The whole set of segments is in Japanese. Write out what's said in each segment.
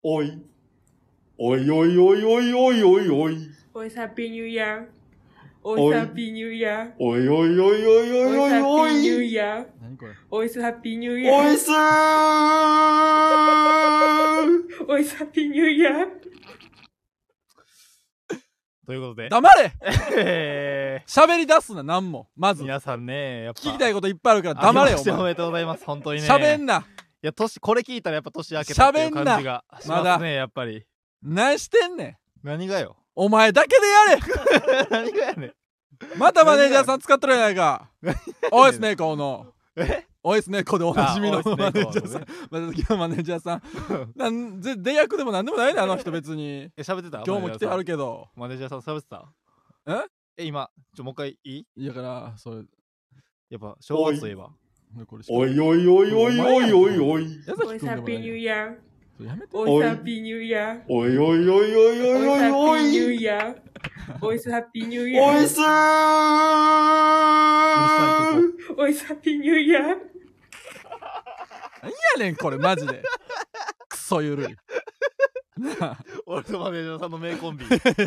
おい。おいおいおいおいおいおいおい。 おいハッピーニューイヤー。おいハッピーニューイヤー。 おいおいおいおいおいおいおい。 ニューイヤー。 何これ。 おいハッピーニューイヤー。 おいすー。 おいハッピーニューイヤー。 ということで黙れ喋り出すな、なんも。まず。 皆さんね、やっぱ聞きたいこといっぱいあるから黙れよ、お前。 おめでとうございます。本当にね。 喋んな。 いや、これ聞いたらやっぱ年明けたっていう感じがしまだますね、やっぱり。 何してんねん。 何がよ。 お前だけでやれ。 何がやねん。 またマネージャーさん使っとるやないか。おいスネーコの。 えおいスネーコでおなじみのあおいマネスネーコージャーさん。また次のマネージャーさん。出役でもなんでもないね、あの人別に。 喋ってた？ 今日も来てはるけど。 マネージャーさん喋ってた？今、もう一回いい？ いやから、それ。 やっぱ、正月といえば。 おいおいおいおいおいおいおい。 おいハッピーニューイヤー。 やめて。 おいハッピーニューイヤー。 おいおいおいおいおいおいおい。 おいハッピーニューイヤー。おいハッピーニューイヤー。 おいすー。 おいハッピーニューイヤー。 何やねんこれマジで。クソゆるい。 俺とマネージャーさんの名コンビ。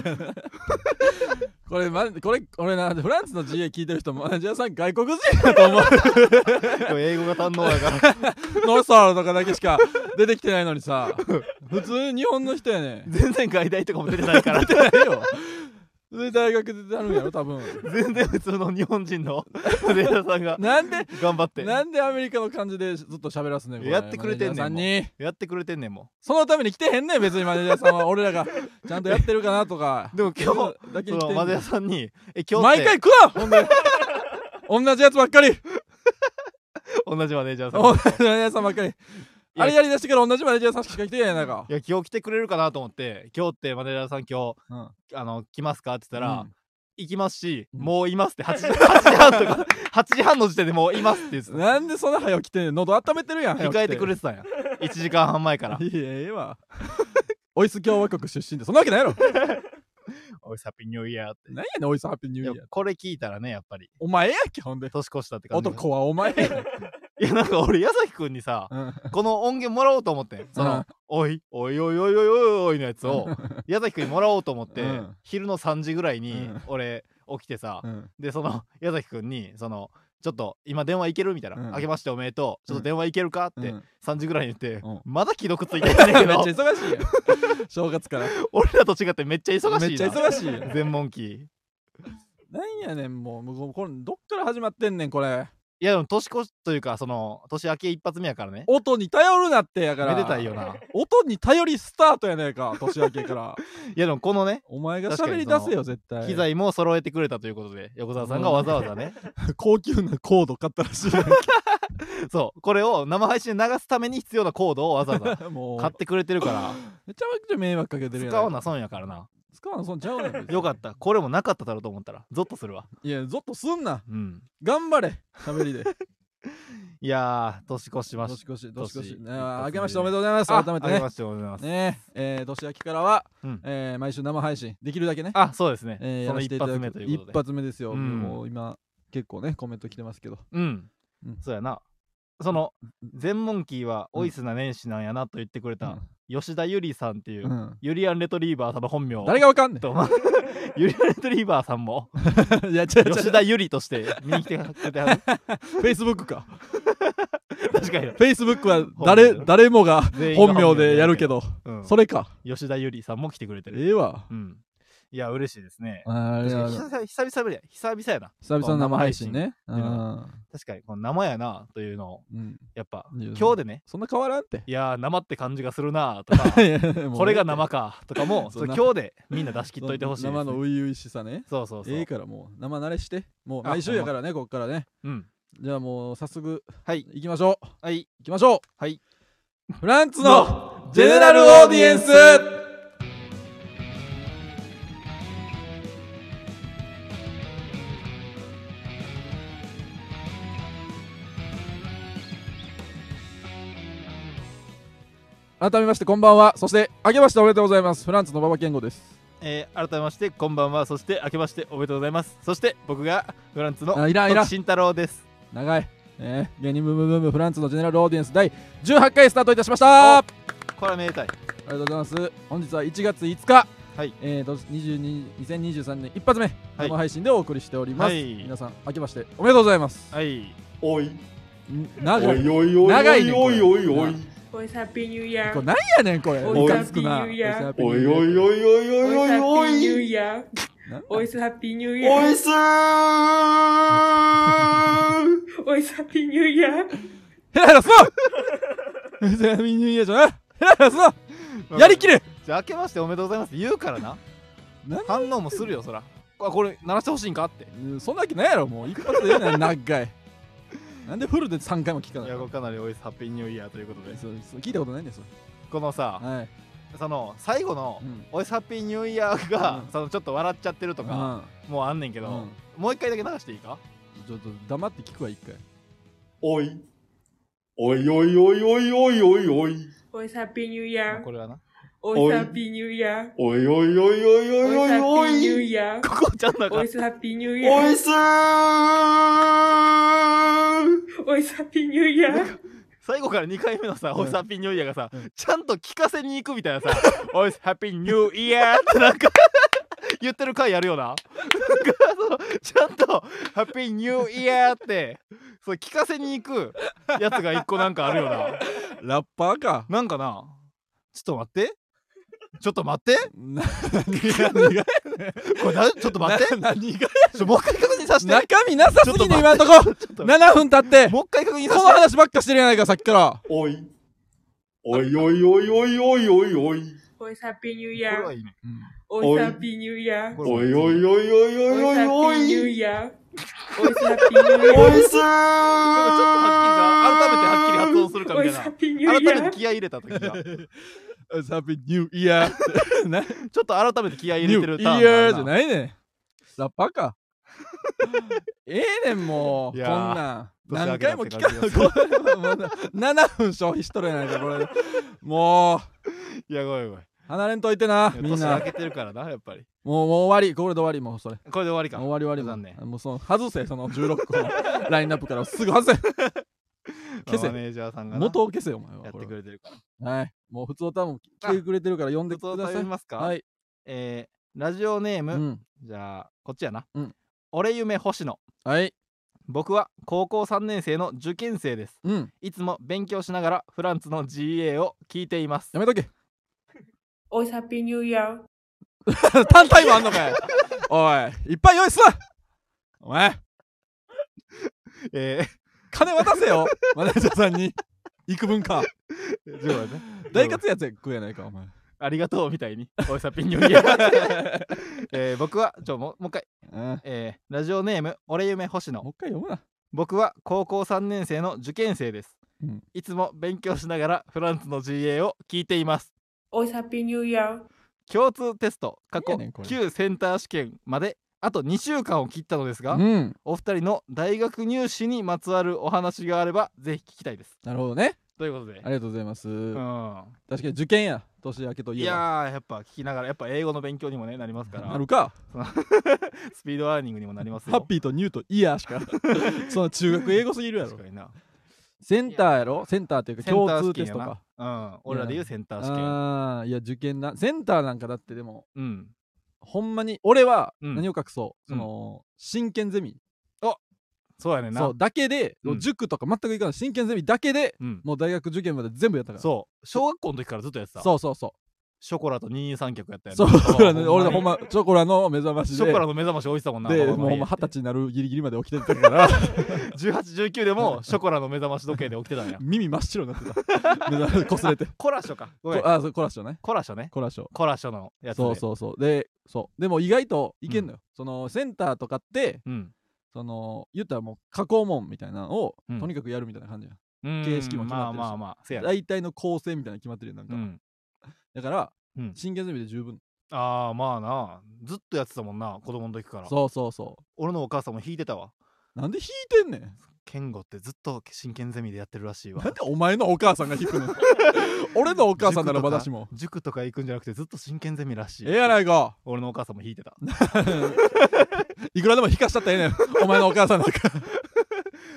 これ俺な、フランスの GA 聞いてる人マネージャーさん外国人だと思う。 英語が堪能やからノースターとかだけしか出てきてないのにさ、普通に日本の人やねん。 全然外大とかも出てないから出てないよ。で大学出てあるんやろ多分。 全然普通の日本人のマネージャーさんがなんで頑張ってなんでアメリカの感じでずっと喋らすねん。 やってくれてんねん。 マネージャーさんにやってくれてんねんもん。 そのために来てへんねん別にマネージャーさんは。俺らがちゃんとやってるかなとか。 でも今日だけに来てんねん。 そのマネージャーさんに今日毎回来なほんで同じやつばっかり。 同じマネージャーさん。 同じマネージャーさんばっかり。あれやりだしてから同じマネージャーさんしか来てへんやないか。 いや今日来てくれるかなと思って今日ってマネージャーさん今日来ますかって言ったら行きますしもういますって8時半とか8時半の時点でもういますって言ってた。 なんでそんな早起きてんねん。喉温めてるやん。 控えてくれてたんや1時間半前から。 いやええわ。オイス共和国出身でそんなわけないやろ。 おいハッピーニューイヤーって。 何やねんオイスハッピーニューイヤー。 これ聞いたらねやっぱりお前やっけほんで。 年越したって感じ。 男はお前や。 いやなんか俺矢崎くんにさこの音源もらおうと思ってそのおいおいおいおいおいおいおいのやつを矢崎くんにもらおうと思って昼の3時ぐらいに俺起きてさでその矢崎くんにそのちょっと今電話いけるみたいな「あけましておめでとうちょっと電話いけるか?」って3時ぐらいに言ってまだ既読ついてんねんけど。 めっちゃ忙しいやん正月から。 俺らと違ってめっちゃ忙しいな。 めっちゃ忙しいやん全問記。 なんやねんもうこれどっから始まってんねんこれ。 いやでも年越しというかその年明け一発目やからね。 音に頼るなってやから。 めでたいよな。 音に頼りスタートやねんか年明けから。 いやでもこのねお前が喋り出せよ絶対。 機材も揃えてくれたということで横澤さんがわざわざね高級なコード買ったらしいやん。 そうこれを生配信で流すために必要なコードをわざわざ買ってくれてるからめちゃめちゃ迷惑かけてるやん。 使わな損やからな。 使わな損ちゃうねん。 よかったこれもなかっただろうと思ったらゾッとするわ。 いやゾッとすんな。 うん頑張れ喋りで。 いやー年越しまし年越し明けましておめでとうございます。改めてね。 明けましておめでとうございますね。年明けからは毎週生配信できるだけね。 あそうですね。その一発目ということで。 一発目ですよ。もう今結構ねコメント来てますけど。 そうやな。その全モンキーはオイスな年始なんやなと言ってくれた吉田ゆりさんっていうユリアン・レトリーバーさんの本名。 誰がわかんねん。 ユリアン・レトリーバーさんも吉田ゆりとして見に来てくれてはる。 Facebook か。 確かに Facebook は誰もが本名でやるけどそれか。 吉田ゆりさんも来てくれてる。 ええわ。 いや嬉しいですね。久々やな。 久々の生配信ね。 確かにこの生やなというのをやっぱ今日でね。 そんな変わらんって。 いや生って感じがするなとかこれが生かとかも今日でみんな出し切っといてほしいです。 生の初々しさね。 そうそうそう。 ええからもう生慣れしてもう毎週やからねこっからね。じゃあもう早速行きましょう。 はい行きましょう。 はいフランツのジェネラルオーディエンス。改めましてこんばんは。そして明けましておめでとうございます。フランツの馬場健吾です。 改めましてこんばんは。そして明けましておめでとうございます。そして僕がフランツの慎太郎です。 長い芸人ブームブームフランツのジェネラルオーディエンス第18回スタートいたしました。 これはめでたい。 りがとうございます。本日は1月5日、 はい 2023年一発目はい生配信でお送りしております。 はい皆さん明けましておめでとうございます。 はいおい長い。 おいおいおい長いねんおいおいおいおいハッピーニューイヤー。 これなんやねんこれ。 おいムカつくな。 ハッピーニューイヤーおいおいおいおいおいおいおいニューイヤー。おいハッピーニューイヤー。 おいすーおいハッピーニューイヤー。 ヘラヘラすなおいハッピーニューイヤーじゃない。ヘラヘラすなやりきれ。 じゃあ明けましておめでとうございます言うからな。 何反応もするよそら。これ鳴らしてほしいんかって。 そんなわけないやろ。もう一発で言うなよ長い。なんでフルで3回も聞かないの。 いやかなりおいハッピーニューイヤーということで、 そう聞いたことないんですよ。 このさはい。 その最後のうんおいハッピーニューイヤーが、 うんそのちょっと笑っちゃってるとか、もうあんねんけど、 うんもう一回だけ流していいか。 ちょっと黙って聞くわ一回。 おいおいおいおいおいおいおいおいおいハッピーニューイヤー。 これはなおいハッピーニューイヤー。 おいおいおいおいおいおいおいハッピおーニューいイヤー。 ここちゃんだからおいハッピーニューイヤー。 おいすーおいハッピーニューイヤー。 最後から2回目のさ、 うんおいハッピーニューイヤーがさ、 うんちゃんと聞かせに行くみたいなさおいハッピーニューイヤーってなんか言ってる回やるよな。なんかそうちゃんとハッピーニューイヤーってそう聞かせに行くやつが1個なんかあるよな。 ラッパーか。 なんかな、ちょっと待ってちょっと待って何がこれちょっと待って何がもう一回確認させて。 中身なさすぎね今んとこ。 ちょっと 7分経ってもう一回確認こさせて。 の話ばっかしてるやないかさっきから。 おいおいおいおいおいおいおいおいおいハッピーニューイヤー。 これはいいね。 おいハッピーニューイヤー。 これおいおいおいおいおいおいおいハッおピーニューいイヤー。おいハッピーニューイヤー。 おいすちょっとはっきりさ改めてはっきり発音するかみたいな。 おいハッピーニューイヤー改めて。気合い入れた時がハッピーニューイヤー。なちょっと改めて気合い入れてるニターンューイヤーじゃい。 ないねん。ラッパーか。ええねんもうこんいやーなん年明けた何回も聞って感じかんもう7分消費しとるやないかこれ。もういやごめんごめん。 離れんといてなみんな。 年明けてるからなやっぱり。 もう終わりこれで終わりもうそれ。 これで終わりか。 終わり終わ残念。 りもうその外せその16個のラインナップからすぐ外せ。消せマネージャーさんがな元を消せよお前は。 やってくれてるから。 はい。もう普通歌も来てくれてるから呼んでください。 普通歌読みますか。 はい。 ラジオネーム、 うん。 じゃあこっちやな。 うん俺夢星野。 はい。 僕は高校3年生の受験生です。 うん。 いつも勉強しながらフランツの GA を聞いています。 やめとけ。 おいハッピーニューイヤー。 単体もあんのかい。おい、いっぱい用意すな。お前、金渡せよ。マネージャーさんに。幾分か。 そうだね大活躍やないか、お前。 ありがとうみたいに。おいさピンニューイヤー。僕はもう一回。 もラジオネーム俺夢星野。 う一回読むな。 僕は高校3年生の受験生です。 うんいつも勉強しながらフランツの GA を聞いています。 おいハッピーニューイヤー。 共通テスト過去いいやねんこれ旧センター試験まであと2週間を切ったのですが、 うん。 お二人の大学入試にまつわるお話があればぜひ聞きたいです。 なるほどね。 ということでありがとうございます。 うん確かに受験や。年明けといいえば。 やーやっぱ聞きながらやっぱ英語の勉強にもねなりますからなるか。 スピードラーニングにもなりますよ。 ハッピーとニューとイヤーしか。その中学英語すぎるやろ確。かにな。 センターやろセンターっていうかセンター共通試験やなテストか。 俺らで言うセンター試験。 ああ、いや受験な。センターなんかだってでも、 うんほんまに俺はうん何を隠そう、その真剣ゼミ、 そうやねんな。 そうだけで、 うん塾とか全く行かない真剣ゼミだけでうんもう大学受験まで全部やったから。 そう小学校の時からずっとやってた。 そうそうそショコラと二人三脚やったう。 やん。 そう俺のにほんまチョコラの目覚ましでショコラの目覚まし置いてたもんな。 でパパの家もうほんま20歳になるギリギリまで起きてたから 18、19でもショコラの目覚まし時計で起きてたんや。 耳真っ白になってた。目覚ましこすれて。 コラショか。ごめん。 あ、そうコラッショね。 コラショね。 コラッショ。 コラショのやつで。 そうそうそう。でも意外といけんのよ。そのセンターとかってうん。 その言ったらもう加工問みたいなのをうんとにかくやるみたいな感じやん。 うん形式も決まってるしまあまあまあ。せやな。 大体の構成みたいなの決まってるよなんか、 うん。 だからうん。 真剣ゼミで十分。 ああまあな。ずっとやってたもんな。子供の時から。 そうそうそ俺のお母さんも弾いてたわ。 う。なんで弾いてんねん。 ケンゴってずっと真剣ゼミでやってるらしいわな。んでお前のお母さんが弾くねん。俺のお母さんならまだしも。 塾とか行くんじゃなくてずっと真剣ゼミらしい。 ええやないか。 俺のお母さんも弾いてた。 いくらでも弾かしたったらええねん。お前のお母さんなんか。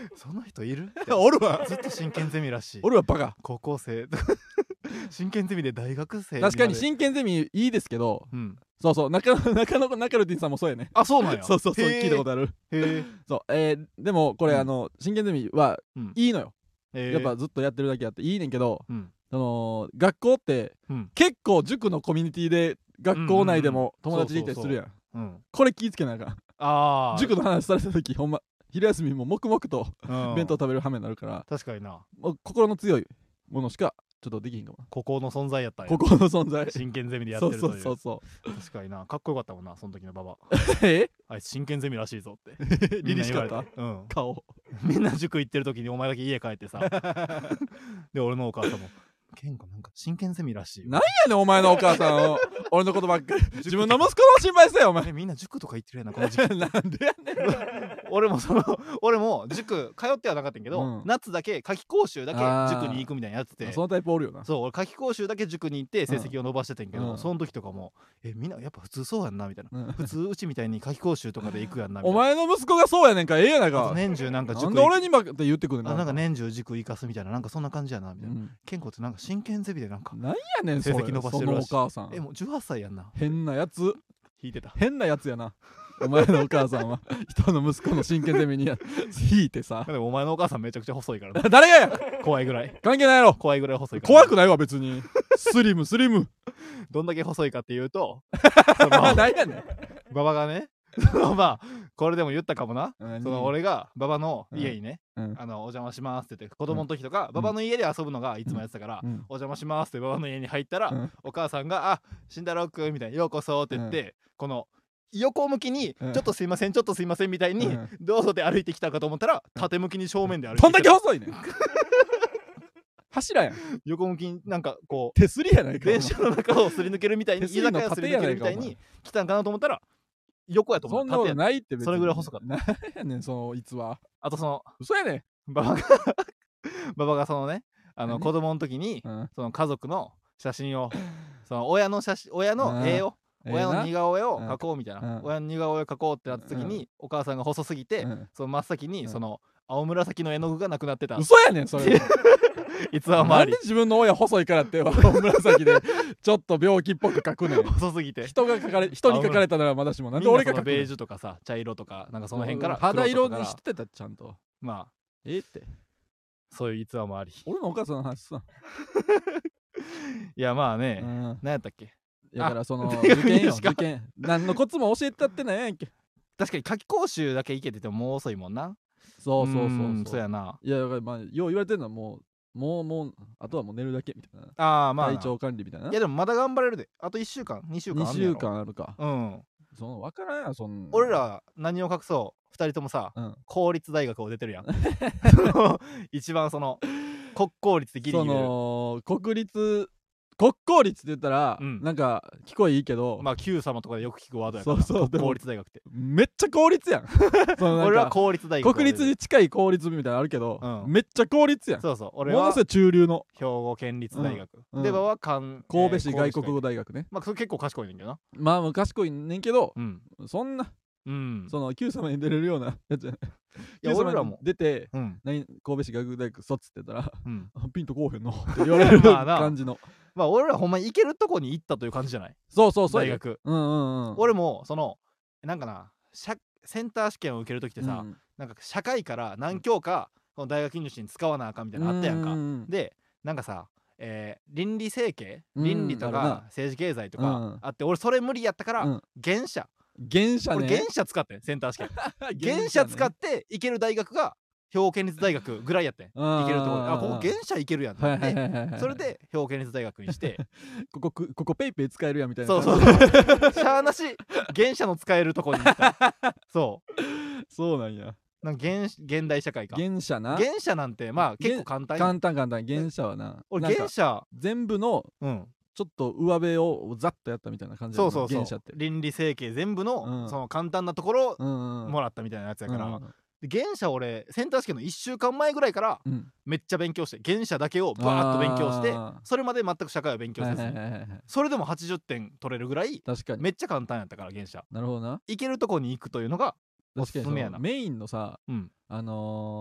そんな人いるおるわずっと真剣ゼミらしい。 おるわバカ。 高校生真剣ゼミで大学生確かに真剣ゼミいいですけど、 うん、 そうそう、中野ルティンさんもそうやね。 あ、そうなんや。 そうそうそう、 へー聞いたことある。 へそう、でもこれ、真剣ゼミはうんいいのよ。 えやっぱずっとやってるだけあっていいねんけど、 うん学校ってうん結構塾のコミュニティで学校内でも友達でいたりするやん。 うんこれ気ぃつけなあかん。 ああ塾の話された時ほんま昼休みも黙々とうん弁当食べる羽目になるから、 確かにな。 もう心の強いものしかちょっとできひんかもな。 孤高の存在やったんや。 ここの存在。 真剣ゼミでやっそうてるという。 そうそうそ確かにな。かっこよかったもんな、その時のババ。 う。えあいつ真剣ゼミらしいぞって。 凛々しかったみんな言われてうん。 顔。 みんな塾行ってる時にお前だけ家帰ってさ。で、俺のお母さんも、ケンコなんか真剣ゼミらしいよ。 なんやねんお前のお母さんを俺のことばっかり自分の息子の心配せよお前。 みんな塾とか行ってるやんな、この時期。 なんでやねん。 俺も塾通ってはなかったんやけど、 うん夏だけ夏期講習だけあー塾に行くみたいなやつって。 そのタイプおるよな。 そう、俺夏期講習だけ塾に行って成績を伸ばしてたんやけど、 うんその時とかもみんなやっぱ普通そうやんなみたいな、 うん普通うちみたいに夏期講習とかで行くやんなみたいおな。 前の息子がそうやねんかええやないか。 あと年中なんかな塾んで俺にばっかって言ってくるなんか年中塾行かすみたいな、なんかそんな感じやなみたいな。 うん健康ってなんか真剣ゼミでなんかなんやねんそれ成績伸ばしてるらしいそのお母さん。 もう18歳やんな。 変なやつ。 引いてた。 変なやつやな。お前のお母さんは人の息子の真剣ゼミに引いてさ。 でもお前のお母さんめちゃくちゃ細いからな。 誰がや怖いぐらい。 関係ないやろ。 怖いぐらい細いから。 怖くないわ別に。スリムスリム。 どんだけ細いかっていうと何やねん。 馬場がねまあこれでも言ったかもな。その俺が馬場の家にね、 うんお邪魔しますって言って子供の時とか馬場の家で遊ぶのがいつもやってたから、 うんお邪魔しますって馬場の家に入ったら、 うんお母さんが「あ、慎太郎くん」みたいな「ようこそ」って言って、この横向きにうんちょっとすいませんちょっとすいませんみたいに、 うんどうぞで歩いてきたかと思ったら縦向きに正面で歩いてどんだきてけ細いねん。柱やん。 横向きになんかこ手すりやないうか。 電車の中をすり抜けるみたいに居手すりの酒屋すり抜けるみたい縦やないかに来たんかなと思ったら横やと思そんなことった縦やないって別に。 それぐらい細かったなんやねんその逸話。 あとその嘘やねん。 馬場がそのね何子供の時にうんその家族の写真をその親の絵を親の似顔絵を描こうみたいな、 うん親の似顔絵を描こうってなった時に、お母さんが細すぎて、 うんその真っ先にうんその青紫の絵の具がなくなってた、 嘘やねんそれ。 逸話もありなんで自分の親細いからって紫でちょっと病気っぽく描くねん。 細すぎて人に描かれたならまだしもなんみんなで俺が描くねんそのベージュとかさ茶色とかなんかその辺から肌色黒とかからにしてたちゃんと。 まあええってそういう逸話もあり俺のお母さんの話さ。 いやまあね、 うん何やったっけ。 だからそのあ受験よしか受験何のコツも教えたってないやんけ。 確かに夏期講習だけ行けててももう遅いもんな。 そうそうそうーんそそうやな。 いやだからまあよう言われてるのはもうあとはもう寝るだけみたいな。 ああまあ体調管理みたいな。 いやでもまだ頑張れるで。あと1週間2週間あ 2 んねやろ。 週間あるか。 うん。 その分からんやんそんな。 俺ら何を隠そう2人ともさ、 うん公立大学を出てるやん一番その国公立でギリそギリ出る。 の国公立って言ったら、 うんなんか聞こえいいけど、 まあ Q 様とかでよく聞くワードやからそうそう国公立大学って。 めっちゃ公立やん。そのなんか俺は公立大学を出てる。 国立に近い公立みたいなのあるけど、 うんめっちゃ公立やん。 そうそう俺はものすごい中流の兵庫県立大学、 うんで馬は神戸市外国語大大学ね。 まあそれ結構賢いねんけどな。 まあ賢いねんけど、 うんそんなうんその Q 様に出れるようなやつじゃない。 いや Q 様俺らもに出てうん神戸市外国大学卒って言ったらうんピンとこうへんのって言われるまあな感じの。 まあ俺らほんまに行けるとこに行ったという感じじゃないそうそうそう。 大学。 うんうんうん。 俺もそのなんかなセンター試験を受けるときってさ、 うんなんか社会から何教科この大学入試に使わなあかんみたいなのあったやんか。 ううでなんかさ、倫理整形うん倫理とあるなか政治経済とかうんあって、俺それ無理やったから、 うん原社原社ね。 俺原社使ってんセンター試験原社使って行ける大学が兵庫県立大学ぐらいやってん行けるところあここ原社行けるやんってはいなってはいはいはいはい。 それで兵庫県立大学にしてここペイペイ使えるやんみたいなそう感そうじ。 しゃあなし原社の使えるとこに行ったそうそうなんや。 なんか現代社会か原社な。 原社なんてまあ結構簡単やん簡単。原社はな。 俺なんか原社全部のうんちょっと上辺をざっとやったみたいな感じやなそうそうそう原社って。 倫理整形全部の、 うんその簡単なところをうんうん。 もらったみたいなやつやから、 うんで原社俺センター試験の1週間前ぐらいからうん。 めっちゃ勉強して原社だけをバーッと勉強してあーそれまで全く社会は勉強せずに、 はいはいはいはい。 それでも80点取れるぐらい確かに。 めっちゃ簡単やったから原社なるほどな。 行けるとこに行くというのがおす確かにすめやなそのメインのさ、 うん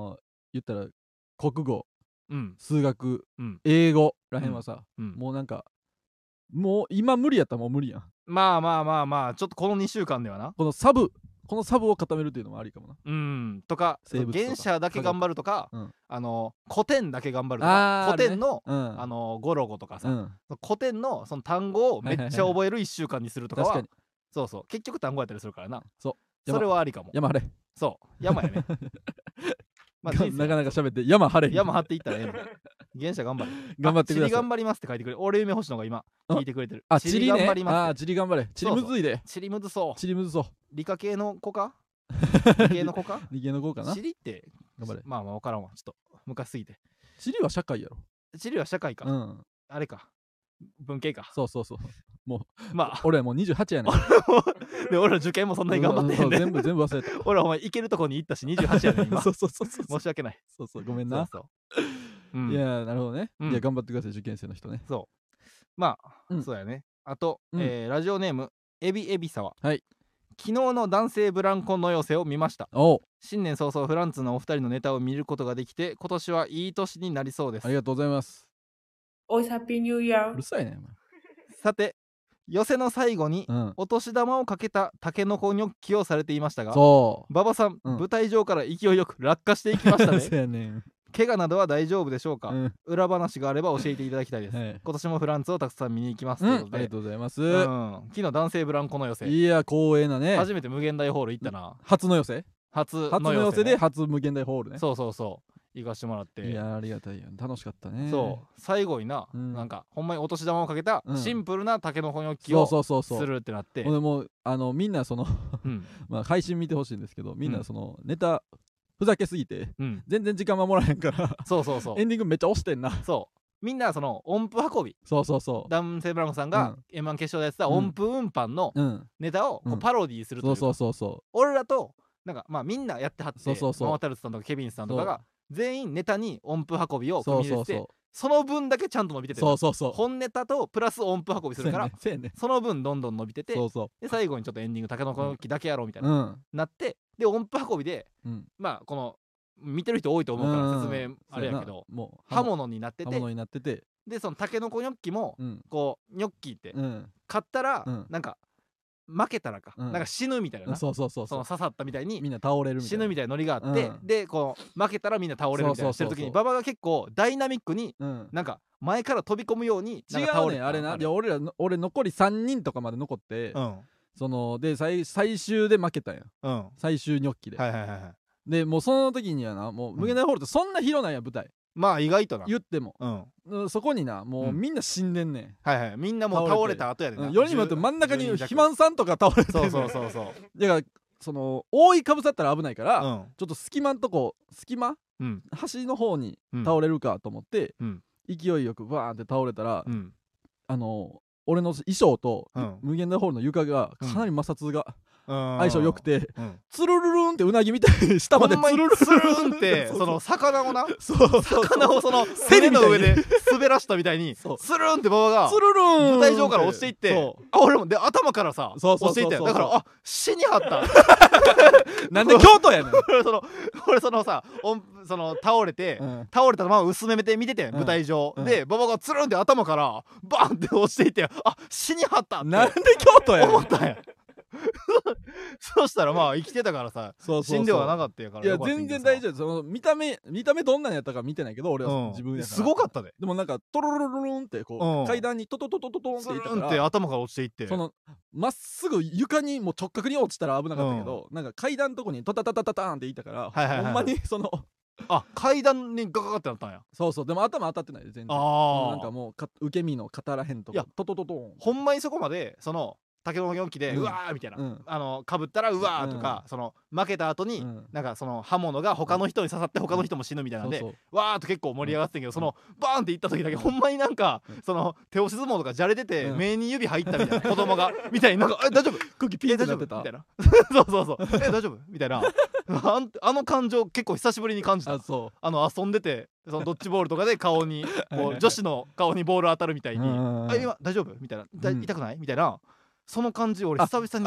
言ったら国語、数学、英語らへんはさ、もうなんかもう今無理やったらもう無理やん。 まあちょっとこの2週間ではな、 このサブを固めるっていうのもありかもな。 とか原写だけ頑張るとか、古典だけ頑張るとか、古典の語ロ語とかさ、古典のその単語をめっちゃ覚える1週間にするとかは、そうそう、結局単語やったりするからな。それはありかも。 山張れ。 そう山やね。 なかなか喋って山張れ。 山張っていったらええの。原写頑張れ。 頑張ってください。 地理頑張りますって書いてくれる。俺夢星野が今聞いてくれてる。 地理頑張ります。地理頑張れ。地理むずいで。 地理むずそう。 地理むずそう。 理科系の子か？理系の子か？ 理系の子かな。 地理って頑張れ。まあ分からんわ。ちょっと昔すぎて。 地理は社会やろ。 地理は社会か。あれか。文系か。 そうもう俺はもう28やねん。 で俺ら受験もそんなに頑張ってへんね。 全部忘れた。 俺はお前行けるとこに行ったし28やねん今。そう申し訳ない。 ごめんな。いやなるほどね。いや頑張ってください受験生の人ね。 そうやね。あとラジオネームエビサワ。 はい。 昨日の男性ブランコの寄せを見ました。新年早々フランツのお二人のネタを見ることができて、今年はいい年になりそうです。 ありがとうございます。 おいハッピーニューイヤー。 うるさいね。 さて寄せの最後にお年玉をかけたタケノコニョッキをされていましたが、馬場さん、舞台上から勢いよく落下していきましたね。 そうやね。 怪我などは大丈夫でしょうか？裏話があれば教えていただきたいです。今年もフランツをたくさん見に行きます。 ありがとうございます。 昨日男性ブランコの寄せ、 いや光栄なね。 初めて無限大ホール行ったな。 初の寄せで初無限大ホールね。 そう行かしてもらって、 いやありがたいよ。楽しかったね。 最後になんかほんまにお年玉をかけたシンプルなタケノコニョッキをするってなって、 もうみんなその配信見てほしいんですけど、みんなそのネタふざけすぎて全然時間守らへんから、エンディングめっちゃ押してんな。みんなその音符運び、男性ブランコさんが M−1 決勝でやってた音符運搬のネタをパロディーするというか、俺らとなんかみんなやってはって、ママタルトさんとかケビンさんとかが全員ネタに音符運びを組み入れて、その分だけちゃんと伸びてて、本ネタとプラス音符運びするから、その分どんどん伸びてて、で最後にちょっとエンディングタケノコニョッキだけやろうみたいななって、で音符運びでこの見てる人多いと思うから説明あれやけど、刃物になってて、でそのタケノコニョッキもこうニョッキって買ったらなんか負けたらなんか死ぬみたいな、その刺さったみたいにみんな倒れるみたいな、 死ぬみたいなノリがあって、でこう負けたらみんな倒れるみたいなしてる時に、馬場が結構ダイナミックになんか前から飛び込むように違うねあれな。俺残り3人とかまで残って、そので最終で負けたんや、最終ニョッキで。でもうその時にはな、もう無限大ホールってそんな広ないや舞台、 まあ意外とな言っても、そこになもうみんな死んでんねん。みんなもう倒れた後やでな。 世にもよって真ん中に肥満さんとか倒れてんねん。そうだからその覆いかぶさったら危ないから、ちょっと隙間端の方に倒れるかと思って、勢いよくバーンって倒れたら、俺の衣装と無限大ホールの床がかなり摩擦が相性良くて、つるるるんってうなぎみたいに下までつるるるんってその魚をな、魚をその船の上で滑らしたみたいに、つるんって馬場が舞台上から落ちていって、俺もで頭からさ落ちていって、だから死にはった。 なんで京都やねん。 俺そのさその倒れたまま薄めて見てて舞台上で、馬場がつるんって頭からバンって落ちていって、死にはったってなんで京都やねん思ったんや。そうしたらまあ生きてたからさ、死んではなかったやから。 いや全然大丈夫。その見た目どんなんやったか見てないけど、俺は自分やからすごかったで。 でもなんかトロロロロロンってこう階段にトトトトトトンっていったから、 って頭から落ちていって、 そのまっすぐ床にもう直角に落ちたら危なかったけど、なんか階段のとこにトタタタタタンっていったから、ほんまにその階段にガガガってなったんや。 でも頭当たってないで全然。なんかもう受け身の肩らへんとかトトトトン、 ほんまにそこまでそのタケノコニョッキでうわーみたいな、かぶったらうわーとか、その負けた後になんかその刃物が他の人に刺さって他の人も死ぬみたいなんでわーっと結構盛り上がってんけど、そのバーンっていった時だけほんまになんかその手押し相撲とかじゃれてて目に指入ったみたいな、子供がみたいになんか大丈夫空気ピーってなってたみたいな。そう大丈夫みたいな。あの感情結構久しぶりに感じた。遊んでてそのドッジボールとかで顔にこう女子の顔にボール当たるみたいに、今大丈夫みたいな、痛くないみたいな、その感じ俺久々に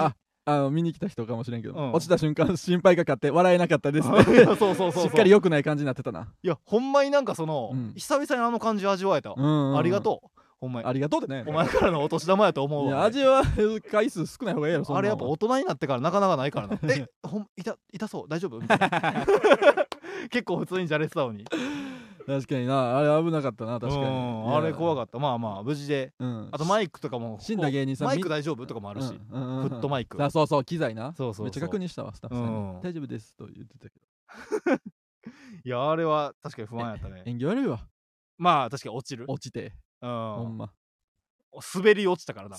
見に来た人かもしれんけど、落ちた瞬間心配がかって笑えなかったですね。 そうしっかり良くない感じになってたな。 いやほんまになんかその久々にあの感じ味わえた。ありがとうほんまに。 ありがとうってね。 お前からのお年玉やと思うわ。 いや味は回数少ない方がいいやろ。 あれやっぱ大人になってからなかなかないからな。痛そう大丈夫みたいな。結構普通にじゃれてたのに。 確かにな、あれ危なかったな。確かにあれ怖かった。まあまあ無事で。あとマイクとかも死んだ芸人さんマイク大丈夫とかもあるし、フットマイク。 そうそう機材な。 そうそうめっちゃ確認したわスタッフさんに。大丈夫ですと言ってたけど。 いやあれは確かに不安やったね。 演技悪いわ。 まあ確かに落ちてほんま滑り落ちたからな。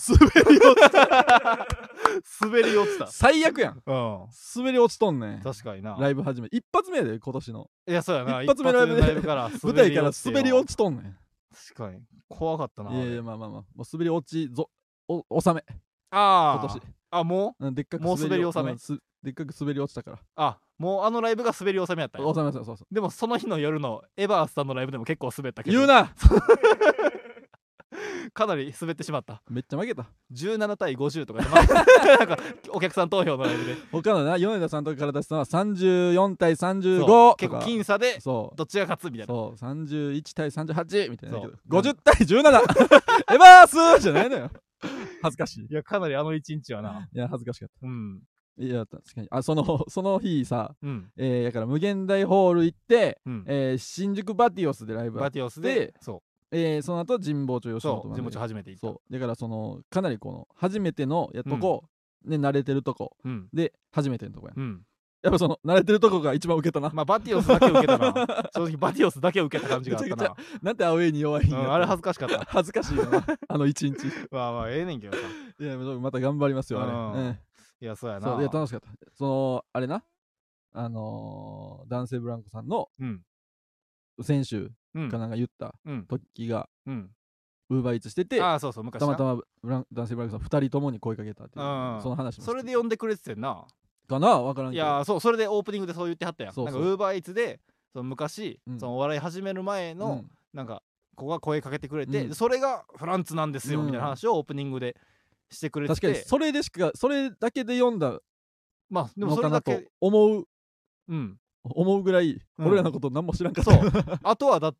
滑り落ちた。 最悪やん。滑り落ちとんねん。 確かにな。 ライブ始め一発目やで今年の。 いやそうやな。 一発目のライブから舞台から滑り落ちとんねん。 確かに怖かったな。 いやまあもう滑り落ち収め。 今年。 もうでっかくもう滑り収め。 でっかく滑り落ちたから。 もうあのライブが滑り収めやったんや。 収めそう。 でもその日の夜のエバースさんのライブでも結構滑ったけど。 言うな。 かなり滑ってしまった。 めっちゃ負けた。 17対50とかなんかお客さん投票のライブで他のな米田さんとかから出したのは34対35 結構僅差でどっちが勝つみたいな。 そう31対38みたいなけど50対17エバースじゃないのよ。恥ずかしい。 いやかなりあの一日はな。 いや恥ずかしかった。いや確かにその日さ、だから無限大ホール行って、新宿バティオスでライブあって、その後神保町吉本まで。 神保町初めて行った。 そうだからかなり初めてのとこね、慣れてるとこで初めてのとこや。やっぱ慣れてるとこが一番受けたな。 まあバティオスだけ受けたな。正直バティオスだけ受けた感じがあったな。 なんてアウェイに弱いんや。 あれ恥ずかしかった。 恥ずかしいよなあの一日。 まあええねんけどさ。 いやまた頑張りますよあれ。 いやそうやな。 いや楽しかった。あれな男性ブランコさんの先週かなんか言った時がウーバーイーツしてて、たまたま男性ブランコさん2人ともに声かけたっていうその話も。 それで呼んでくれててんな。 かな分からんけど。 いやそれでオープニングでそう言ってはったやん。なんかウーバーイーツで昔お笑い始める前のなんかここが声かけてくれて、それがフランツなんですよみたいな話をオープニングでしてくれてて。 確かにそれだけで読んだまあでもそれだけ思うぐらい俺らのこと何も知らんかった。 あとはだって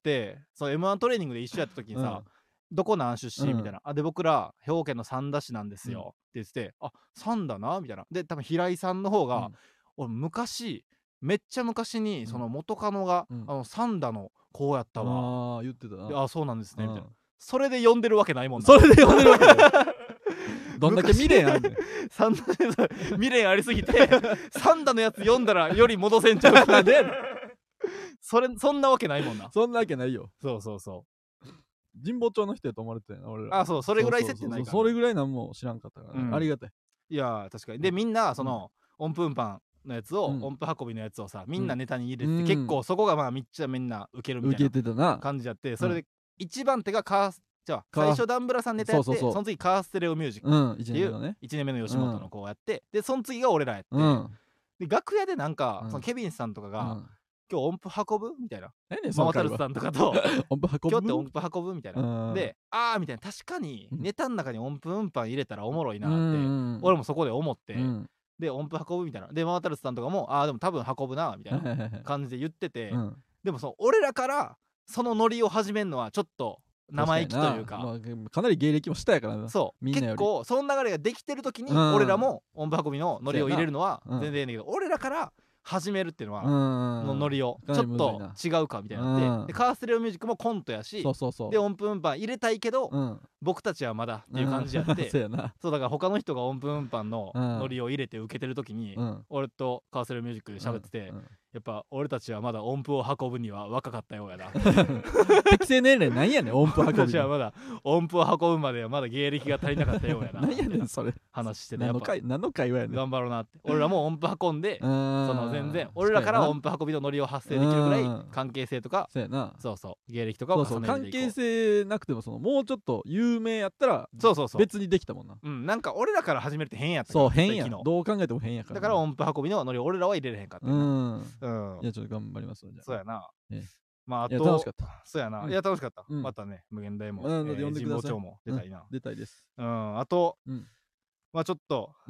M1 トレーニングで一緒やった時にさ、どこなん出身みたいな。で僕ら兵庫県の三田市なんですよって言ってて、三田なみたいな。で多分平井さんの方が俺昔めっちゃ昔に元カノが三田の子やったわ。 言ってたな。 そうなんですねみたいな。それで呼んでるわけないもんな。 それで呼んでるわけない。どんだけ未練あるねん。 未練ありすぎて三田のやつ読んだらより戻せんちゃうかでそんなわけないもんな。 そんなわけないよ。 そう神保町の人やと思われてたよな俺ら。 それぐらい設定ないから。 それぐらいなんも知らんかったからありがたい。 いや確かに。でみんな音符パンのやつを音符運びのやつをさみんなネタに入れて結構そこがまあめっちゃみんな受けるみたいな感じやって、それで一番手が最初ダンブラさんネタやって、その次カーステレオミュージックっていう1年目の吉本の子をやって、でその次が俺らやって、で楽屋でなんかケビンさんとかが今日音符運ぶみたいな、ママタルトさんとかと今日って音符運ぶみたいなでみたいな、確かにネタの中に音符運搬入れたらおもろいなって俺もそこで思って、で音符運ぶみたいなでママタルトさんとかもでも多分運ぶなみたいな感じで言ってて、でも俺らからそのノリを始めるのはちょっと生意気というか、 かなり芸歴も下やからな。 結構その流れができてる時に俺らも音符運びのノリを入れるのは全然いいんだけど、俺らから始めるっていうのはのノリをちょっと違うかみたいになって、カーステレオミュージックもコントやし、で音符運搬入れたいけど僕たちはまだっていう感じやって、そうだから他の人が音符運搬のノリを入れて受けてる時に俺とカーステレオミュージックで喋ってて、やっぱ俺たちはまだ音符を運ぶには若かったようやな。 適正年齢なんやねん音符運ぶ。 私はまだ音符を運ぶまではまだ芸歴が足りなかったようやな。 なんやねんそれ。 話してね。 何の会話やねん。 頑張ろうなって。俺らも音符運んで全然俺らから音符運びのノリを発生できるぐらい関係性とか芸歴とかを重ねていこう。 関係性なくてももうちょっと有名やったら別にできたもんな。 なんか俺らから始めるって変やった。 そう変や。どう考えても変やから。 だから音符運びのノリを俺らは入れれへんかった。 いやちょっと頑張ります。 そうやな。まああと楽しかった。 そうやな。いや楽しかった。またね無限大も神保町も出たいな。 出たいです。 あとまあちょっと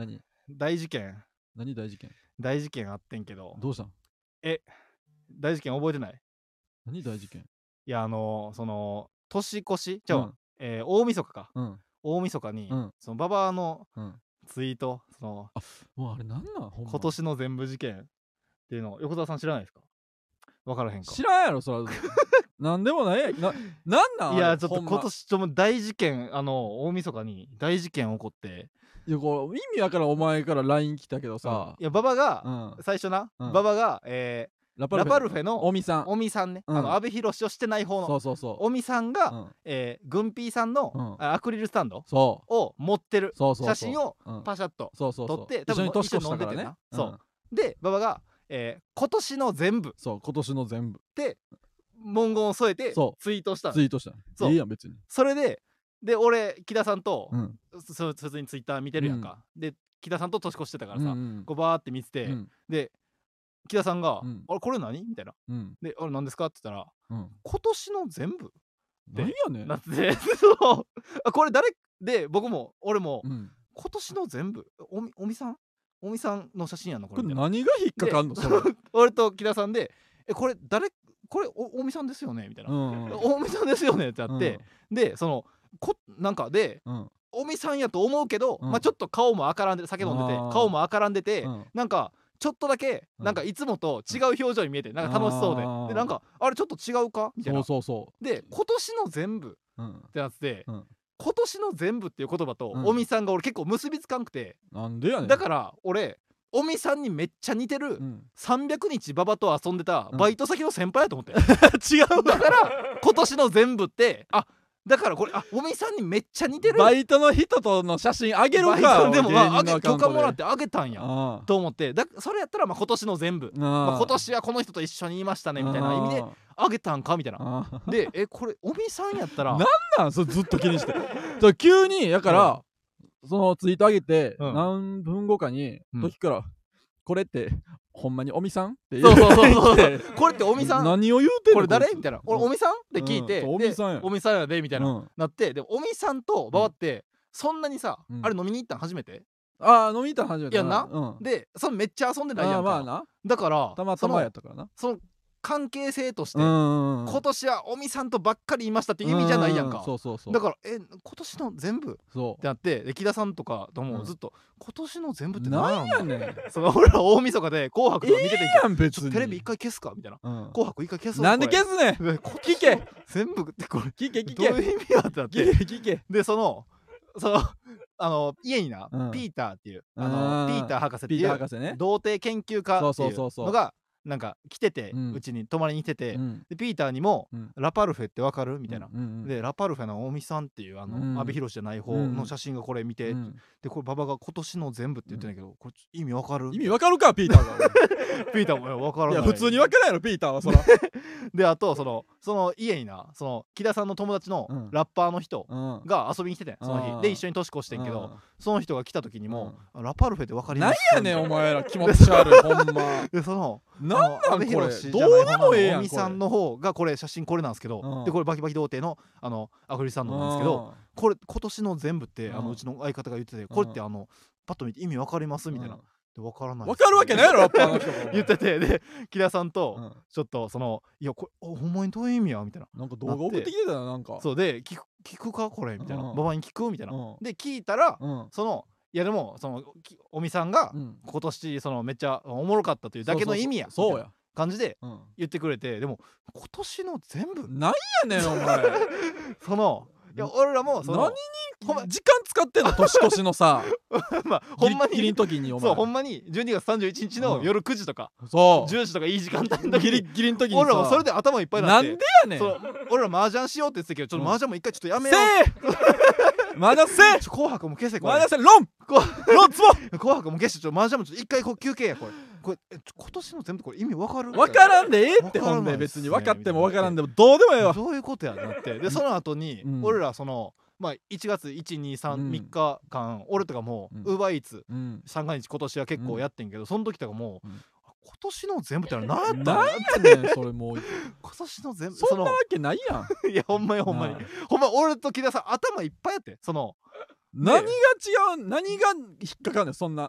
大事件。 何大事件？ 大事件あってんけど。 どうしたん？ 大事件覚えてない？ 何大事件？ いやその年越しじゃあ、大晦日か。大晦日にそのババアのツイート、そのもうあれなんなん？ 今年の全部事件っていうの横澤さん知らないですか？分からへんか？ 知らんやろそら。なんでもないやなんなん？ いやちょっと今年ちょっと大事件大晦日に大事件起こって。 いやこれ意味わからん。お前から LINE 来たけどさ、 いやババが最初な、ババがラパルフェの尾身さんね、阿部寛をしてない方の尾身さんがグンピーさんのアクリルスタンドを持ってる写真をパシャッと撮って一緒に年越したからね。 そうでババが今年の全部、 そう今年の全部って文言を添えてツイートしたの。いいやん別に。 それで俺木田さんと普通にツイッター見てるやんか。で木田さんと年越してたからさ、こうバーって見てて、で木田さんが「あれこれ何？」みたいな。で「あれ何ですか？」って言ったら「今年の全部」 何やねんなってこれ誰で俺も今年の全部尾身さんの写真やんのこれ。 何が引っかかんの？ 俺と木田さんで「これ誰？これ尾身さんですよね？」みたいな「尾身さんですよね？」ってなって、でそのなんかで尾身さんやと思うけど、まあちょっと顔も赤らんで酒飲んでて顔も赤らんでて、なんかちょっとだけなんかいつもと違う表情に見えてなんか楽しそうで、なんかあれちょっと違うかみたいな。で今年の全部ってなってて、今年の全部っていう言葉と尾身さんが俺結構結びつかんくて、 なんでやねん。 だから俺尾身さんにめっちゃ似てる300日ババと遊んでたバイト先の先輩やと思って、違うだから今年の全部ってだからこれ尾身さんにめっちゃ似てるバイトの人との写真あげるか。 でも許可もらってあげたんやと思って、それやったら今年の全部、今年はこの人と一緒にいましたねみたいな意味であげたんかみたいな。でこれ尾身さんやったらなんそれずっと気にして急にやからそのツイートあげて何分後かに時からこれってほんまに尾身さんって言う。 これって尾身さん何を言うてんのこれ誰みたいな。俺尾身さんって聞いて、尾身さんやでみたいななって、で尾身さんとババってそんなにさあれ飲みに行ったん初めて？ 飲みに行ったん初めてやんな。でそのめっちゃ遊んでないやんか。だからたまたまやったからな。 その関係性として今年は尾身さんとばっかりいましたっていう意味じゃないやんか。だから今年の全部ってなって、木田さんとかともずっと今年の全部って何やねん。俺ら大晦日で紅白とか見ててんけど、テレビ一回消すかみたいな。紅白一回消す。 なんで消すねん。聞け全部ってこれ聞けどういう意味やってなって、 聞け。 でその家になピーターっていうピーター博士っていう童貞研究家っていうのがなんか来てて、うちに泊まりに来てて、でピーターにもラパルフェってわかるみたいな。でラパルフェの大見さんっていう阿部寛じゃない方の写真がこれ見て、でこれババが今年の全部って言ってんだけど、これ意味わかる？ 意味わかるかピーターが。 ピーターもわからない。 いや普通にわからんやろピーターはそら。 であとその家にな木田さんの友達のラッパーの人が遊びに来てて、その日で一緒に年越してんけど、その人が来た時にもラパルフェってわかります？ なんやねんお前ら気持ち悪いほんま。 でそのなんなんこれどうでもええやん。尾身さんの方がこれ写真これなんですけど、でこれバキバキ童貞のアクリルスタンドなんですけど、これ今年の全部ってうちの相方が言ってて、これってパッと見て意味わかりますみたいな。で分からない。 分かるわけないやろラッパーの人が言ってて、で木田さんとちょっといやこれほんまにどういう意味やみたいな。 なんか動画送ってきてたよなんか。 そうで聞くかこれみたいな。ババに聞くみたいな。で聞いたらいやでも尾身さんが今年めっちゃおもろかったというだけの意味やそうや感じで言ってくれて、でも今年の全部なんやねんお前。 いや俺らも何に時間使ってんの年越しのさ。 まあほんまにギリギリの時にそうほんまに12月31日の夜9時とか10時とかいい時間帯のギリギリの時に俺らもそれで頭いっぱいになって。 なんでやねん。 俺ら麻雀しようって言ってたけど、ちょっと麻雀も一回ちょっとやめよう。麻雀せ紅白も消せこれ。 麻雀せロンツボ紅白も消して、麻雀もちょっと一回休憩やこれ。今年の全部これ意味わかる？ わからんでええってほんで別に分かってもわからんでもどうでもええわ。 どういうことやなって。でその後に俺らまあ1月123日間俺とかもウーバーイーツ三が日今年は結構やってんけど、その時とかも今年の全部って何やったん？ 何やねんそれもう。 今年の全部そんなわけないやん。 いやほんまに俺と木田さん頭いっぱいやって。 何が違う何が引っかかんねんそんな。